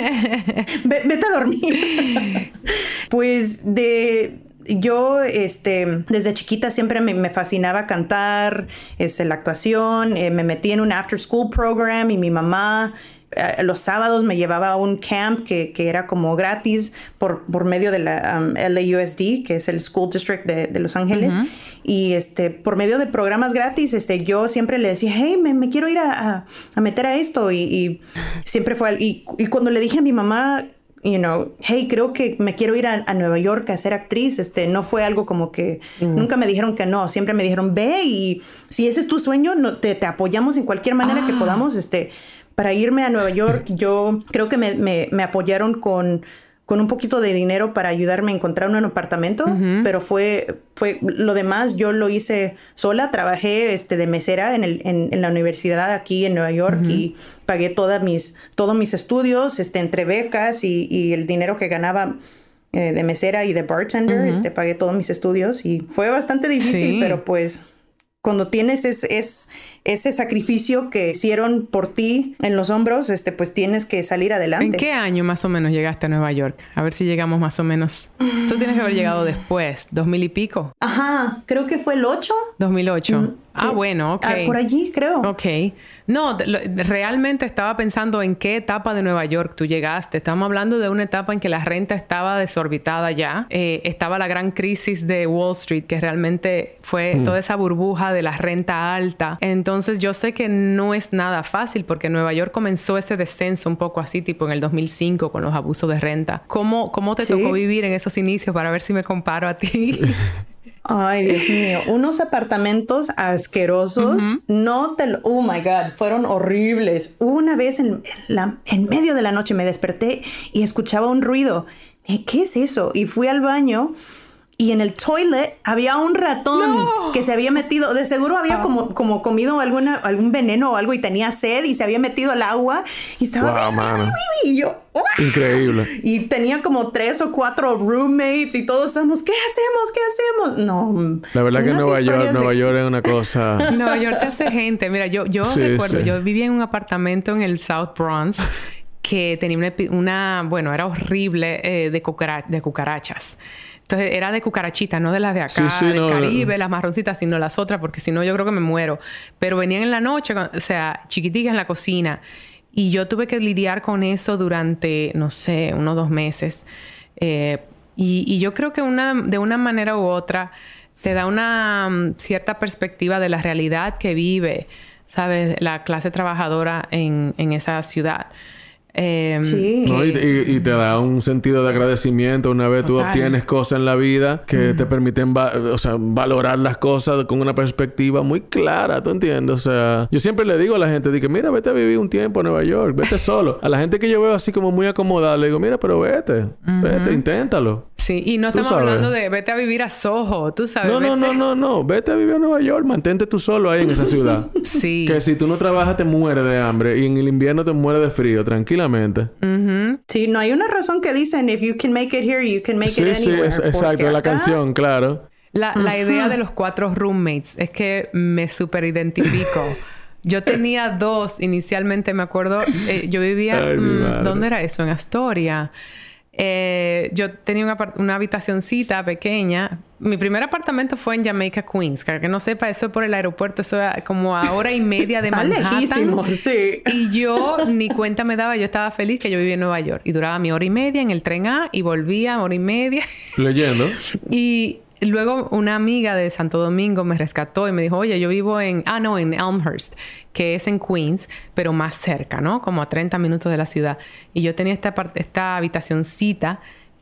v- vete a dormir. Pues de... Yo, este, desde chiquita siempre me, me fascinaba cantar, este, la actuación. Eh, me metí en un after school program y mi mamá... los sábados me llevaba a un camp que, que era como gratis por, por medio de la um, L A U S D, que es el School District de, de Los Ángeles. Uh-huh. Y este, por medio de programas gratis, este, yo siempre le decía, hey, me, me quiero ir a, a, a meter a esto. Y, y siempre fue... Al, y, y cuando le dije a mi mamá, you know, hey, creo que me quiero ir a, a Nueva York a ser actriz, este, no fue algo como que... Uh-huh. Nunca me dijeron que no. Siempre me dijeron, ve, y si ese es tu sueño, no, te, te apoyamos en cualquier manera ah. que podamos, este... Para irme a Nueva York, yo creo que me, me, me apoyaron con, con un poquito de dinero para ayudarme a encontrar un apartamento, uh-huh. pero fue, fue lo demás yo lo hice sola. Trabajé este, de mesera en, el, en, en la universidad aquí en Nueva York uh-huh. y pagué todas mis, todos mis estudios, este, entre becas y, y el dinero que ganaba eh, de mesera y de bartender. Uh-huh. este, pagué todos mis estudios y fue bastante difícil, sí. pero pues... Cuando tienes es, es, ese sacrificio que hicieron por ti en los hombros, este, pues tienes que salir adelante. ¿En qué año más o menos llegaste a Nueva York? A ver si llegamos más o menos. Mm. Tú tienes que haber llegado después, dos mil y pico. Ajá, creo que fue el ocho. dos mil ocho. Mm, sí. Ah, bueno, ok. Ah, por allí, creo. Ok. No, lo, realmente estaba pensando en qué etapa de Nueva York tú llegaste. Estamos hablando de una etapa en que la renta estaba desorbitada ya. Eh, estaba la gran crisis de Wall Street, que realmente fue mm. toda esa burbuja de la renta alta. Entonces yo sé que no es nada fácil porque Nueva York comenzó ese descenso un poco así, tipo en el dos mil cinco con los abusos de renta. ¿Cómo, cómo te ¿Sí? tocó vivir en esos inicios para ver si me comparo a ti? Ay, Dios mío. Unos apartamentos asquerosos. Uh-huh. No te lo... Oh, my God. Fueron horribles. Una vez en, la, en medio de la noche me desperté y escuchaba un ruido. ¿Qué es eso? Y fui al baño... Y en el toilet había un ratón no. que se había metido, de seguro había oh. como, como comido alguna, algún veneno o algo y tenía sed y se había metido al agua y estaba... Wow, mano. Y yo... ¡Wow! Increíble. Y tenía como tres o cuatro roommates y todos estamos, ¿qué hacemos? ¿Qué hacemos? No. La verdad que Nueva York, de... Nueva York es una cosa... Nueva York te hace gente. Mira, yo, yo sí, recuerdo, sí. yo vivía en un apartamento en el South Bronx que tenía una, una bueno, era horrible eh, de, cucara, de cucarachas. Entonces, era de cucarachitas, no de las de acá, sí, sí, del no, Caribe, no. las marroncitas, sino las otras, porque si no, yo creo que me muero. Pero venían en la noche, o sea, chiquiticas en la cocina. Y yo tuve que lidiar con eso durante, no sé, unos dos meses. Eh, y, y yo creo que una, de una manera u otra te da una um, cierta perspectiva de la realidad que vive, ¿sabes? La clase trabajadora en, en esa ciudad. Eh, sí. No, y, y, y te da un sentido de agradecimiento una vez Total. Tú obtienes cosas en la vida que mm. te permiten va o sea, valorar las cosas con una perspectiva muy clara, ¿tú entiendes? O sea, yo siempre le digo a la gente, digo, mira, vete a vivir un tiempo a Nueva York, vete solo. A la gente que yo veo así como muy acomodada, le digo, mira, pero vete, mm-hmm. vete, inténtalo. Sí, y no estamos hablando de vete a vivir a Soho, tú sabes. No, no, vete... no, no, no. Vete a vivir a Nueva York. Mantente tú solo ahí en esa ciudad. Sí. Que si tú no trabajas te mueres de hambre y en el invierno te mueres de frío, tranquilamente. Uh-huh. Sí, no hay una razón que dicen if you can make it here, you can make sí, it anywhere. Sí, sí, exacto. La acá... canción, claro. La, uh-huh. la idea de los cuatro roommates es que me súper identifico. Yo tenía dos inicialmente, me acuerdo. Eh, yo vivía... Ay, mmm, ¿dónde era eso? En Astoria. Eh, yo tenía una, una habitacioncita pequeña. Mi primer apartamento fue en Jamaica, Queens. Para que no sepa, eso por el aeropuerto. Eso era como a hora y media de Manhattan. Lejísimo, sí. Y yo ni cuenta me daba. Yo estaba feliz que yo vivía en Nueva York. Y duraba mi hora y media en el tren A. Y volvía hora y media. Leyendo. Y... Luego una amiga de Santo Domingo me rescató y me dijo, oye, yo vivo en... Ah, no, en Elmhurst, que es en Queens, pero más cerca, ¿no? Como a treinta minutos de la ciudad. Y yo tenía esta, esta habitacioncita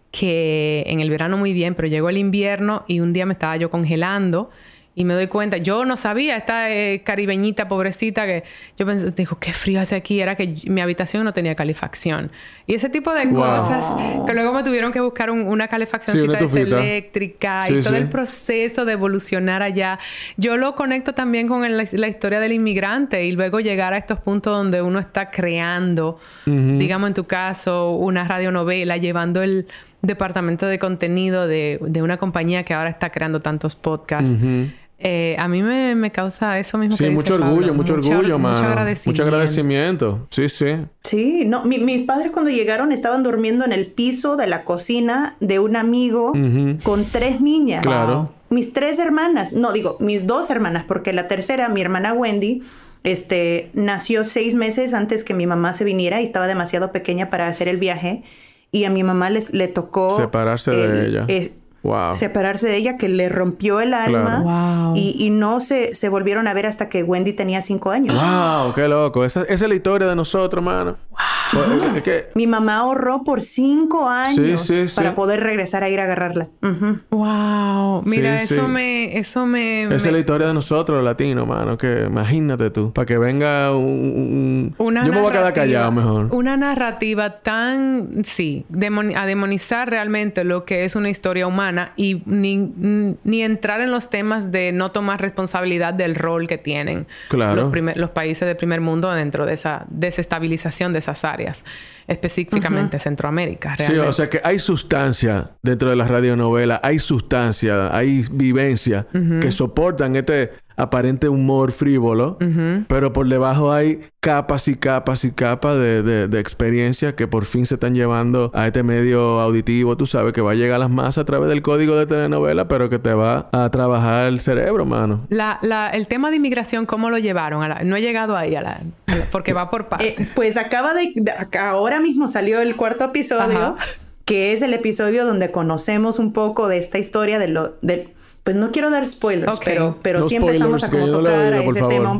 que en el verano muy bien, pero llegó el invierno y un día me estaba yo congelando y me doy cuenta... Yo no sabía, esta eh, caribeñita pobrecita que... Yo pensé, dijo, qué frío hace aquí. Era que mi habitación no tenía calefacción. Y ese tipo de wow. cosas que luego me tuvieron que buscar un, una calefaccióncita sí, eléctrica sí, y todo sí. el proceso de evolucionar allá. Yo lo conecto también con el, la historia del inmigrante y luego llegar a estos puntos donde uno está creando, uh-huh. digamos en tu caso, una radionovela, llevando el departamento de contenido de, de una compañía que ahora está creando tantos podcasts. Uh-huh. Eh, a mí me, me causa eso mismo sí, que mucho dice orgullo, Pablo. mucho mucho orgullo, mano. Mucho agradecimiento. Mucho agradecimiento. Sí, sí. Sí, no, mi, mis padres cuando llegaron estaban durmiendo en el piso de la cocina de un amigo uh-huh. con tres niñas. Claro. Mis tres hermanas, no digo, mis dos hermanas, porque la tercera, mi hermana Wendy, este, nació seis meses antes que mi mamá se viniera y estaba demasiado pequeña para hacer el viaje. Y a mi mamá le, le tocó... Separarse el, de ella. Es, Wow. Separarse de ella, que le rompió el alma. Claro. Wow. Y, y no se, se volvieron a ver hasta que Wendy tenía cinco años. ¡Wow! ¡Qué loco! Esa, esa es la historia de nosotros, mano. Wow. Pues, es que... Mi mamá ahorró por cinco años sí, sí, para sí. poder regresar a ir a agarrarla. Uh-huh. ¡Wow! Mira, sí, eso sí. me... Eso me... Esa me... es la historia de nosotros, los latinos, mano. Que imagínate tú. Para que venga un... un... Una Yo me voy a quedar callado mejor. Una narrativa tan... Sí. Demon... A demonizar realmente lo que es una historia humana y ni Ni, ni entrar en los temas de no tomar responsabilidad del rol que tienen claro. los, primer, los países de primer mundo dentro de esa desestabilización de esas áreas, específicamente uh-huh. Centroamérica. Realmente. Sí, o sea que hay sustancia dentro de la radionovela, hay sustancia, hay vivencia uh-huh. que soportan este aparente humor frívolo, uh-huh. pero por debajo hay capas y capas y capas de, de, de experiencia que por fin se están llevando a este medio auditivo, tú sabes, que va a llegar a las masas a través del código de telenovela, pero que te va a trabajar el cerebro, mano. La, la, el tema de inmigración, ¿cómo lo llevaron? A la, no he llegado ahí, a la, a la, porque va por partes. Eh, pues acaba de, de... Ahora mismo salió el cuarto episodio, Ajá. que es el episodio donde conocemos un poco de esta historia de lo... De, pues no quiero dar spoilers, okay. pero, pero no sí spoilers, empezamos a como tocar no diga, a ese favor. tema.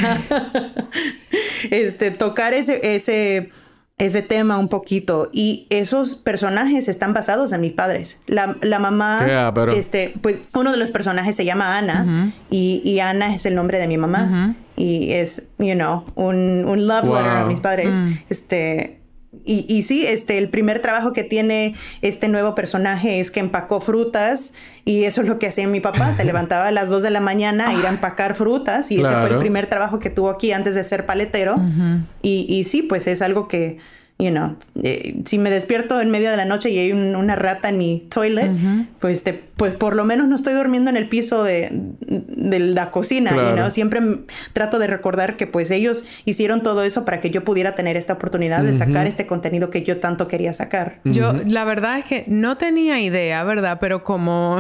este, tocar ese, ese, ese tema un poquito. Y esos personajes están basados en mis padres. La, la mamá, ¿Qué? Ah, pero... este, pues uno de los personajes se llama Ana, uh-huh. y, y Ana es el nombre de mi mamá. Uh-huh. Y es, you know, un, un love wow. letter a mis padres. Mm. Este... Y, y sí, este, el primer trabajo que tiene este nuevo personaje es que empacó frutas y eso es lo que hacía mi papá. Se levantaba a las dos de la mañana a ir a empacar frutas y claro. ese fue el primer trabajo que tuvo aquí antes de ser paletero. Uh-huh. Y, y sí, pues es algo que, you know, eh, si me despierto en medio de la noche y hay un, una rata en mi toilet, uh-huh. pues, te, pues por lo menos no estoy durmiendo en el piso de, de la cocina, claro. you know? Siempre trato de recordar que pues ellos hicieron todo eso para que yo pudiera tener esta oportunidad uh-huh. de sacar este contenido que yo tanto quería sacar. Uh-huh. Yo, la verdad es que no tenía idea, ¿verdad? Pero como,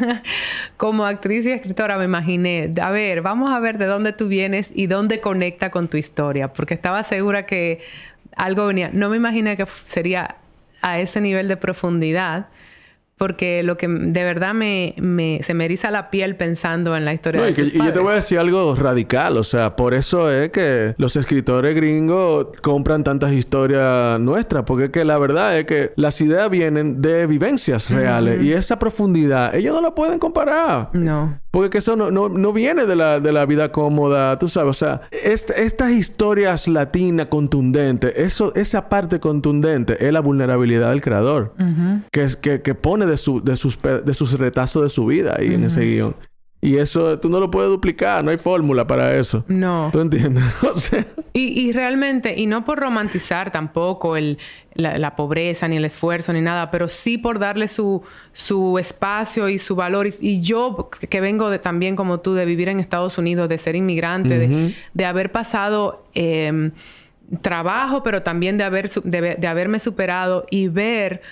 como actriz y escritora me imaginé, a ver, vamos a ver de dónde tú vienes y dónde conecta con tu historia, porque estaba segura que algo venía. No me imaginé que sería a ese nivel de profundidad, porque lo que de verdad me, me se me eriza la piel pensando en la historia no, de y tus que, padres. Y yo te voy a decir algo radical. O sea, por eso es que los escritores gringos compran tantas historias nuestras. Porque es que la verdad es que las ideas vienen de vivencias reales. Uh-huh. Y esa profundidad, ellos no la pueden comparar. No. Porque que eso no, no, no viene de la, de la vida cómoda, tú sabes. O sea, est- estas historias latinas contundentes, eso, esa parte contundente es la vulnerabilidad del creador. Uh-huh. Que, es, que, que pone de, su, de, sus, de sus retazos de su vida ahí uh-huh. en ese guión. Y eso tú no lo puedes duplicar. No hay fórmula para eso. No. ¿Tú entiendes? O sea... Y, y realmente... Y no por romantizar tampoco el, la, la pobreza, ni el esfuerzo, ni nada. Pero sí por darle su, su espacio y su valor. Y, y yo, que vengo de, también como tú, de vivir en Estados Unidos, de ser inmigrante, uh-huh. de, de haber pasado... Eh, trabajo, pero también de, haber, de, de haberme superado y ver...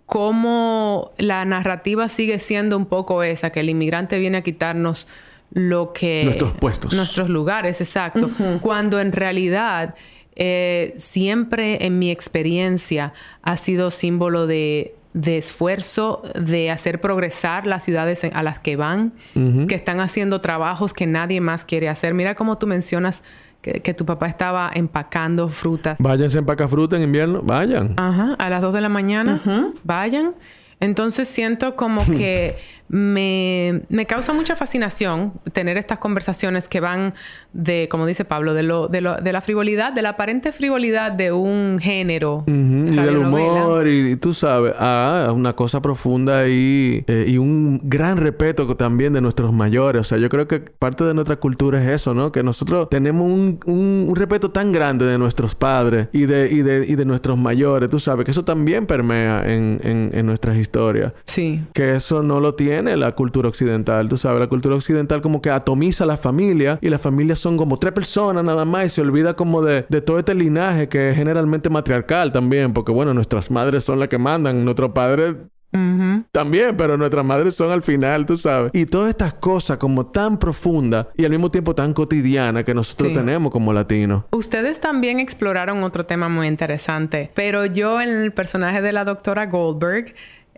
cómo la narrativa sigue siendo un poco esa, que el inmigrante viene a quitarnos lo que... Nuestros puestos. Nuestros lugares, exacto. Uh-huh. Cuando en realidad eh, siempre en mi experiencia ha sido símbolo de, de esfuerzo, de hacer progresar las ciudades a las que van, uh-huh. que están haciendo trabajos que nadie más quiere hacer. Mira cómo tú mencionas... Que, que tu papá estaba empacando frutas. Váyanse a empacar fruta en invierno. Vayan. Ajá. A las dos de la mañana. Uh-huh. Vayan. Entonces siento como que me, me causa mucha fascinación tener estas conversaciones que van de, como dice Pablo, de lo, de lo, de la frivolidad, de la aparente frivolidad de un género. Uh-huh. Y del humor y, y tú sabes, ah, una cosa profunda y, eh, y un gran respeto también de nuestros mayores. O sea, yo creo que parte de nuestra cultura es eso, ¿no? Que nosotros tenemos un, un, un respeto tan grande de nuestros padres y de, y de, y de nuestros mayores. Tú sabes que eso también permea en, en, en nuestras historias. Sí. Que eso no lo tiene la cultura occidental. Tú sabes, la cultura occidental como que atomiza la familia y las familias son como tres personas nada más y se olvida como de, de todo este linaje que es generalmente matriarcal también. Porque bueno, nuestras madres son las que mandan. Nuestros padres... Uh-huh. También, pero nuestras madres son al final, tú sabes. Y todas estas cosas como tan profundas y al mismo tiempo tan cotidianas que nosotros sí. tenemos como latinos. Ustedes también exploraron otro tema muy interesante. Pero yo en el personaje de la doctora Goldberg...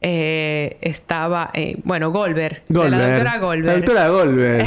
Eh, estaba... Eh, bueno, Goldberg. Goldberg. De la doctora Goldberg. La doctora Goldberg.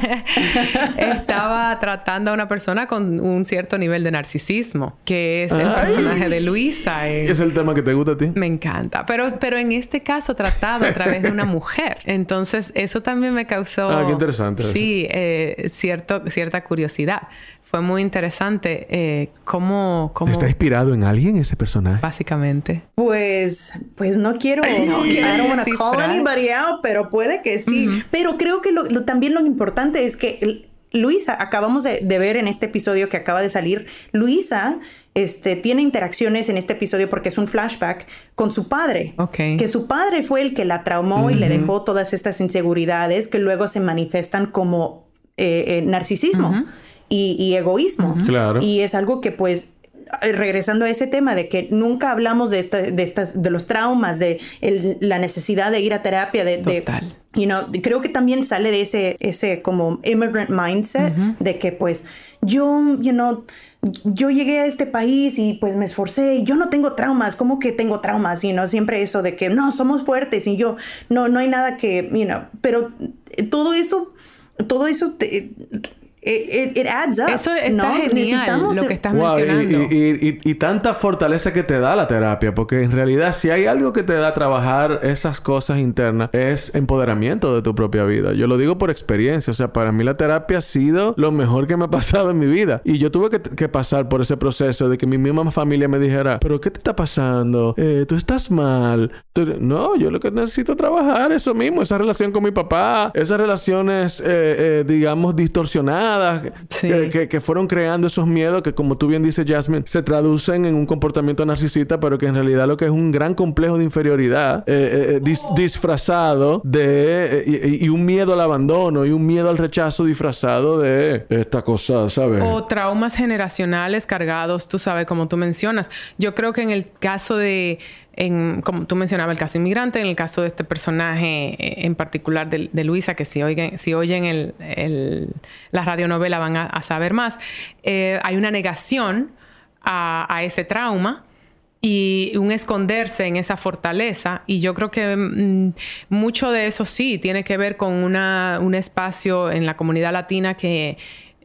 Estaba tratando a una persona con un cierto nivel de narcisismo. Que es el Ay. personaje de Luisa. Eh. ¿Es el tema que te gusta a ti? Me encanta. Pero, pero en este caso tratado a través de una mujer. Entonces, eso también me causó... Ah, qué interesante. Sí, eh, cierto, cierta curiosidad. Fue muy interesante eh, cómo, cómo... ¿Está inspirado en alguien ese personaje? Básicamente. Pues... Pues no quiero... No, I don't want to call anybody out, pero puede que sí. Uh-huh. Pero creo que lo, lo, también lo importante es que... El, Luisa, acabamos de, de ver en este episodio que acaba de salir, Luisa... Este, tiene interacciones en este episodio porque es un flashback con su padre. Okay. Que su padre fue el que la traumó uh-huh. y le dejó todas estas inseguridades que luego se manifiestan como eh, eh, narcisismo uh-huh. y, y egoísmo. Uh-huh. Claro. Y es algo que pues... Regresando a ese tema de que nunca hablamos de esta, de estas, de los traumas, de el, la necesidad de ir a terapia, de, Total. de you know, creo que también sale de ese, ese como immigrant mindset uh-huh. de que pues yo, you know, yo llegué a este país y pues me esforcé y yo no tengo traumas, ¿cómo que tengo traumas? You know, siempre eso de que no, somos fuertes y yo, no, no hay nada que, you know, pero todo eso, todo eso te, It, it adds up. Eso está ¿no? genial lo que estás wow, mencionando. Y, y, y, y tanta fortaleza que te da la terapia. Porque en realidad si hay algo que te da trabajar esas cosas internas es empoderamiento de tu propia vida. Yo lo digo por experiencia. O sea, para mí la terapia ha sido lo mejor que me ha pasado en mi vida. Y yo tuve que, que pasar por ese proceso de que mi misma familia me dijera, ¿pero qué te está pasando? Eh, ¿Tú estás mal? ¿Tú... No, yo lo que necesito trabajar eso mismo. Esa relación con mi papá. Esas relaciones, eh, eh, digamos, distorsionadas camadas sí. que, que, que fueron creando esos miedos que, como tú bien dices, Jasmine, se traducen en un comportamiento narcisista, pero que en realidad lo que es un gran complejo de inferioridad eh, eh, dis, disfrazado de... Eh, y, y un miedo al abandono y un miedo al rechazo disfrazado de esta cosa, ¿sabes? O traumas generacionales cargados, tú sabes, como tú mencionas. Yo creo que en el caso de... En, como tú mencionabas, el caso inmigrante, en el caso de este personaje en particular de, de Luisa, que si oyen, si oyen el, el, la radionovela van a, a saber más, eh, hay una negación a, a ese trauma y un esconderse en esa fortaleza. Y yo creo que mmm, mucho de eso sí tiene que ver con una, un espacio en la comunidad latina que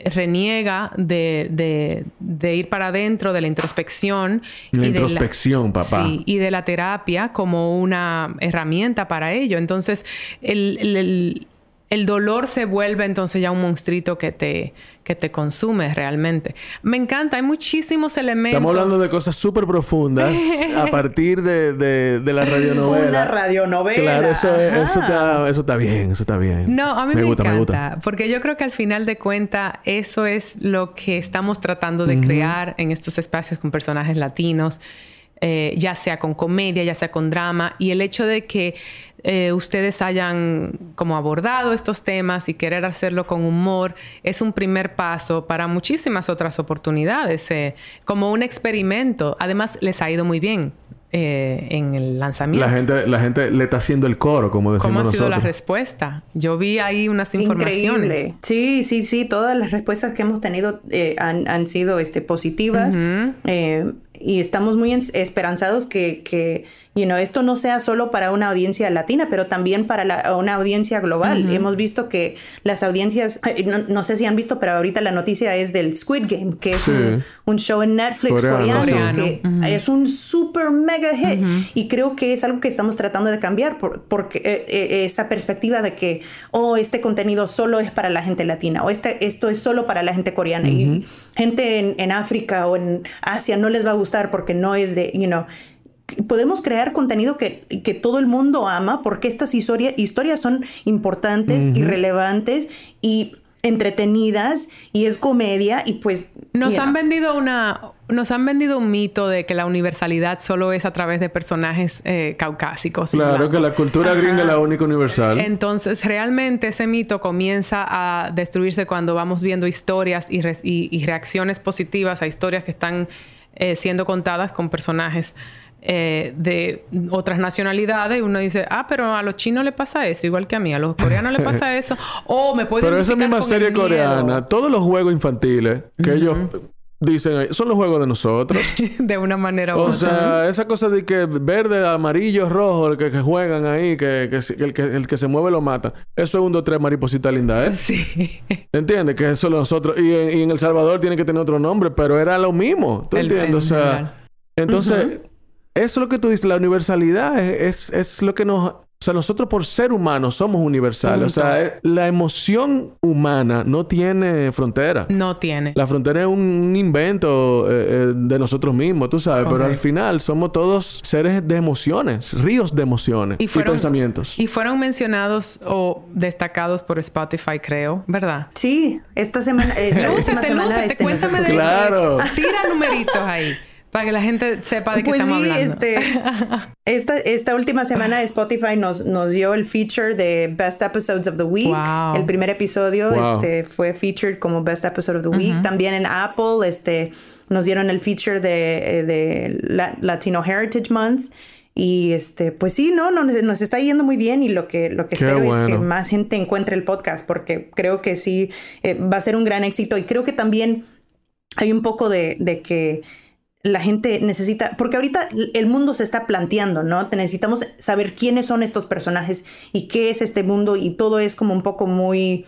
reniega de, de, de ir para adentro, de la introspección. La y introspección, de la, papá. Sí, y de la terapia como una herramienta para ello. Entonces, el, el, el, el dolor se vuelve entonces ya un monstruito que te, que te consume realmente. Me encanta. Hay muchísimos elementos. Estamos hablando de cosas súper profundas a partir de, de, de la radionovela. Una radionovela. Claro, eso, es, eso, está, eso está bien, eso está bien. No, a mí me, me gusta, encanta. Me gusta. Porque yo creo que al final de cuentas eso es lo que estamos tratando de uh-huh. crear en estos espacios con personajes latinos. Eh, ya sea con comedia, ya sea con drama. Y el hecho de que eh, ustedes hayan como abordado estos temas y querer hacerlo con humor es un primer paso para muchísimas otras oportunidades. Eh, como un experimento. Además, les ha ido muy bien eh, en el lanzamiento. La gente, la gente le está haciendo el coro, como decimos nosotros. ¿Cómo ha sido nosotros? la respuesta? Yo vi ahí unas informaciones. Increíble. Sí, sí, sí. Todas las respuestas que hemos tenido eh, han, han sido este, positivas. Uh-huh. Eh, y estamos muy esperanzados que, que you know, esto no sea solo para una audiencia latina, pero también para la, una audiencia global. Uh-huh. Hemos visto que las audiencias, no, no sé si han visto, pero ahorita la noticia es del Squid Game, que es sí. un, un show en Netflix coreano, coreano que uh-huh. es un super mega hit. Uh-huh. Y creo que es algo que estamos tratando de cambiar, por, porque eh, eh, esa perspectiva de que, oh, este contenido solo es para la gente latina, o este, esto es solo para la gente coreana. Uh-huh. Y gente en, en África o en Asia no les va a gustar porque no es de, you know, podemos crear contenido que, que todo el mundo ama porque estas historia, historias son importantes uh-huh. y relevantes y entretenidas y es comedia y pues... Nos han know. vendido una... Nos han vendido un mito de que la universalidad solo es a través de personajes eh, caucásicos. Claro, que la cultura Ajá. gringa es la única universal. Entonces, realmente ese mito comienza a destruirse cuando vamos viendo historias y, re- y, y reacciones positivas a historias que están eh, siendo contadas con personajes eh, de otras nacionalidades. Y uno dice, ah, pero a los chinos le pasa eso, igual que a mí. A los coreanos le pasa eso. O me pueden Pero esa misma serie coreana, todos los juegos infantiles que uh-huh. ellos... Dicen, son los juegos de nosotros. De una manera u otra. O otra. sea, esa cosa de que verde, amarillo, rojo, el que, que juegan ahí, que, que, el, que el que se mueve lo mata. Eso es un, dos, tres, mariposita linda, ¿eh? Sí. ¿Entiendes? Que eso nosotros... Y en, y en El Salvador tiene que tener otro nombre, pero era lo mismo. ¿Tú el, entiendes? El, o sea... General. Entonces, uh-huh. eso es lo que tú dices. La universalidad es, es, es lo que nos... O sea, nosotros por ser humanos somos universales. Punto. O sea, es, la emoción humana no tiene frontera. No tiene. La frontera es un invento eh, eh, de nosotros mismos, tú sabes. Correcto. Pero al final somos todos seres de emociones, ríos de emociones y, fueron, y pensamientos. Y fueron mencionados o destacados por Spotify, creo, ¿verdad? Sí. Esta semana... Esta última semana... Lúcete, este, cuéntame de claro. eso. Tira numeritos ahí. Para que la gente sepa de qué pues estamos sí, hablando. Este, esta, esta última semana Spotify nos, nos dio el feature de Best Episodes of the Week. Wow. El primer episodio wow. este, fue featured como Best Episode of the Week. Uh-huh. También en Apple este, nos dieron el feature de, de Latino Heritage Month. Y este, pues sí, no, no nos está yendo muy bien y lo que, lo que espero bueno. es que más gente encuentre el podcast porque creo que sí eh, va a ser un gran éxito y creo que también hay un poco de, de que la gente necesita, porque ahorita el mundo se está planteando, ¿no? Necesitamos saber quiénes son estos personajes y qué es este mundo y todo es como un poco muy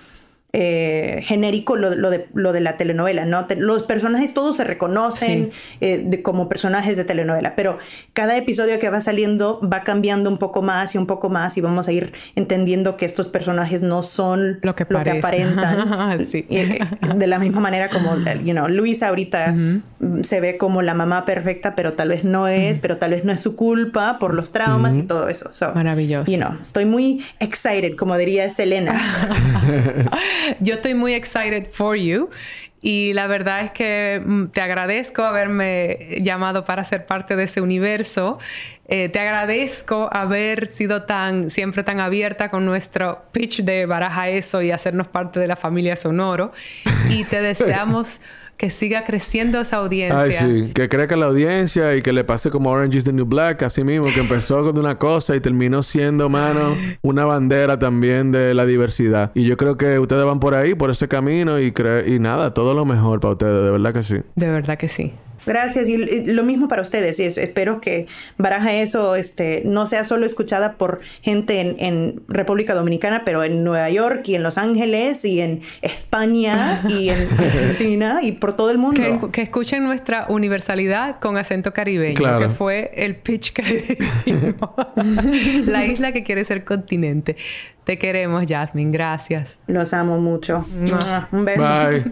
eh, genérico lo, lo, de, lo de la telenovela, ¿no? Te, los personajes todos se reconocen sí. eh, de, como personajes de telenovela, pero cada episodio que va saliendo va cambiando un poco más y un poco más y vamos a ir entendiendo que estos personajes no son lo que, lo que aparentan. sí. y, de la misma manera como, you know, Luisa ahorita... Uh-huh. se ve como la mamá perfecta, pero tal vez no es, mm. pero tal vez no es su culpa por los traumas mm. y todo eso. So, maravilloso. You know, estoy muy excited, como diría Selena. Yo estoy muy excited for you. Y la verdad es que te agradezco haberme llamado para ser parte de ese universo. Eh, te agradezco haber sido tan, siempre tan abierta con nuestro pitch de Baraja Eso y hacernos parte de la familia Sonoro. Y te deseamos que siga creciendo esa audiencia. Ay, sí. Que crezca la audiencia y que le pase como Orange is the New Black, así mismo, que empezó con una cosa y terminó siendo, mano, una bandera también de la diversidad. Y yo creo que ustedes van por ahí, por ese camino y, cre- y nada, todo lo mejor para ustedes, de verdad que sí. De verdad que sí. Gracias. Y, y lo mismo para ustedes. Y es, espero que Baraja Eso este, no sea solo escuchada por gente en, en República Dominicana, pero en Nueva York y en Los Ángeles y en España y en Argentina y por todo el mundo. Que, que escuchen nuestra universalidad con acento caribeño, claro. que fue el pitch que dimos. La isla que quiere ser continente. Te queremos, Jasmine. Gracias. Los amo mucho. Un beso. Bye.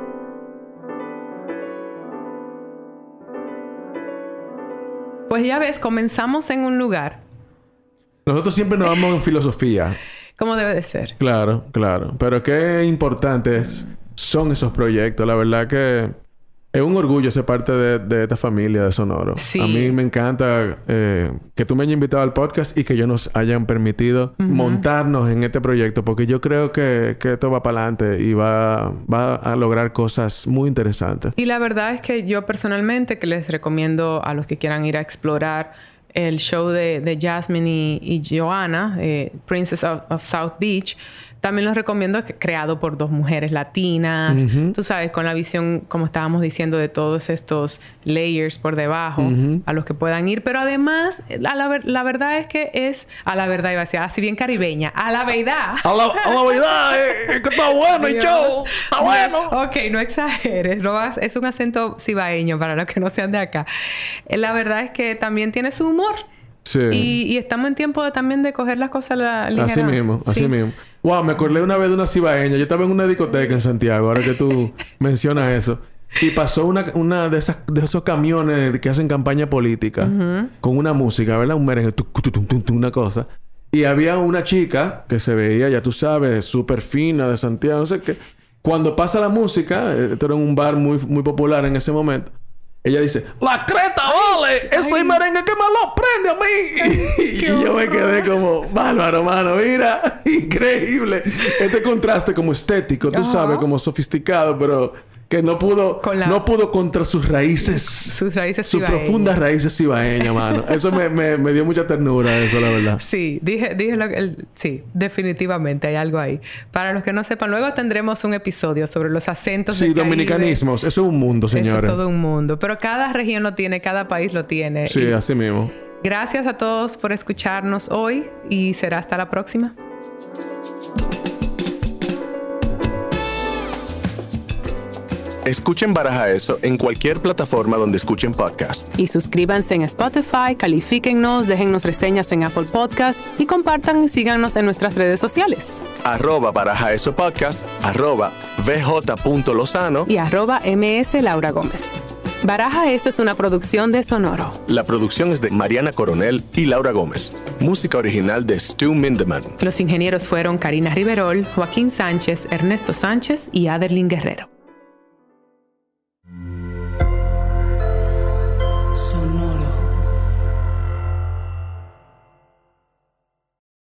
Pues ya ves, comenzamos en un lugar. Nosotros siempre nos vamos en filosofía. Como debe de ser. Claro, claro. Pero qué importantes son esos proyectos. La verdad que es un orgullo ser parte de, de esta familia de Sonoro. Sí. A mí me encanta eh, que tú me hayas invitado al podcast y que ellos nos hayan permitido uh-huh. montarnos en este proyecto. Porque yo creo que, que esto va para adelante y va, va a lograr cosas muy interesantes. Y la verdad es que yo personalmente, que les recomiendo a los que quieran ir a explorar el show de, de Jasmine y, y Joanna, eh, Princess of, of South Beach, también los recomiendo, que creado por dos mujeres latinas, uh-huh. tú sabes, con la visión, como estábamos diciendo, de todos estos layers por debajo, uh-huh. a los que puedan ir. Pero además, a la, ver- la verdad es que es, a la verdad iba a decir, así bien caribeña, a la verdad. A la, a la verdad, eh, es que está bueno el show, está bueno. Ok, no exageres, no vas, es un acento cibaeño para los que no sean de acá. La verdad es que también tiene su humor. Sí. Y, y estamos en tiempo de, también de coger las cosas la, ligeras. Así mismo, así sí. mismo. Wow, me acordé una vez de una cibaeña. Yo estaba en una discoteca en Santiago, ahora que tú mencionas eso. Y pasó una, una de esas de esos camiones que hacen campaña política uh-huh. con una música, ¿verdad? Un merengue, tu, tu, tu, tu, tu, una cosa. Y había una chica que se veía, ya tú sabes, súper fina de Santiago, no sé qué. Cuando pasa la música, esto era un bar muy, muy popular en ese momento. Ella dice, ¡la creta vale! ¡Ese merengue que me lo prende a mí! Y yo me quedé como, bárbaro, mano, mira, increíble. Este contraste como estético, tú uh-huh. sabes, como sofisticado, pero que no pudo, la... no pudo contra sus raíces. Sus raíces Sus profundas raíces cibaeñas, mano. Eso me, me, me dio mucha ternura, eso, la verdad. Sí, dije, dije lo que... El, sí, definitivamente hay algo ahí. Para los que no sepan, luego tendremos un episodio sobre los acentos Sí, dominicanismos. Eso es un mundo, señores. Eso es todo un mundo. Pero cada región lo tiene, cada país lo tiene. Sí, y así mismo. Gracias a todos por escucharnos hoy y será hasta la próxima. Escuchen Baraja Eso en cualquier plataforma donde escuchen podcast. Y suscríbanse en Spotify, califíquennos, déjennos reseñas en Apple Podcast y compartan y síganos en nuestras redes sociales. Arroba Baraja Eso Podcast, arroba vj.lozano y arroba ms Laura Gómez. Baraja Eso es una producción de Sonoro. La producción es de Mariana Coronel y Laura Gómez. Música original de Stu Mindeman. Los ingenieros fueron Karina Riverol, Joaquín Sánchez, Ernesto Sánchez y Adelín Guerrero.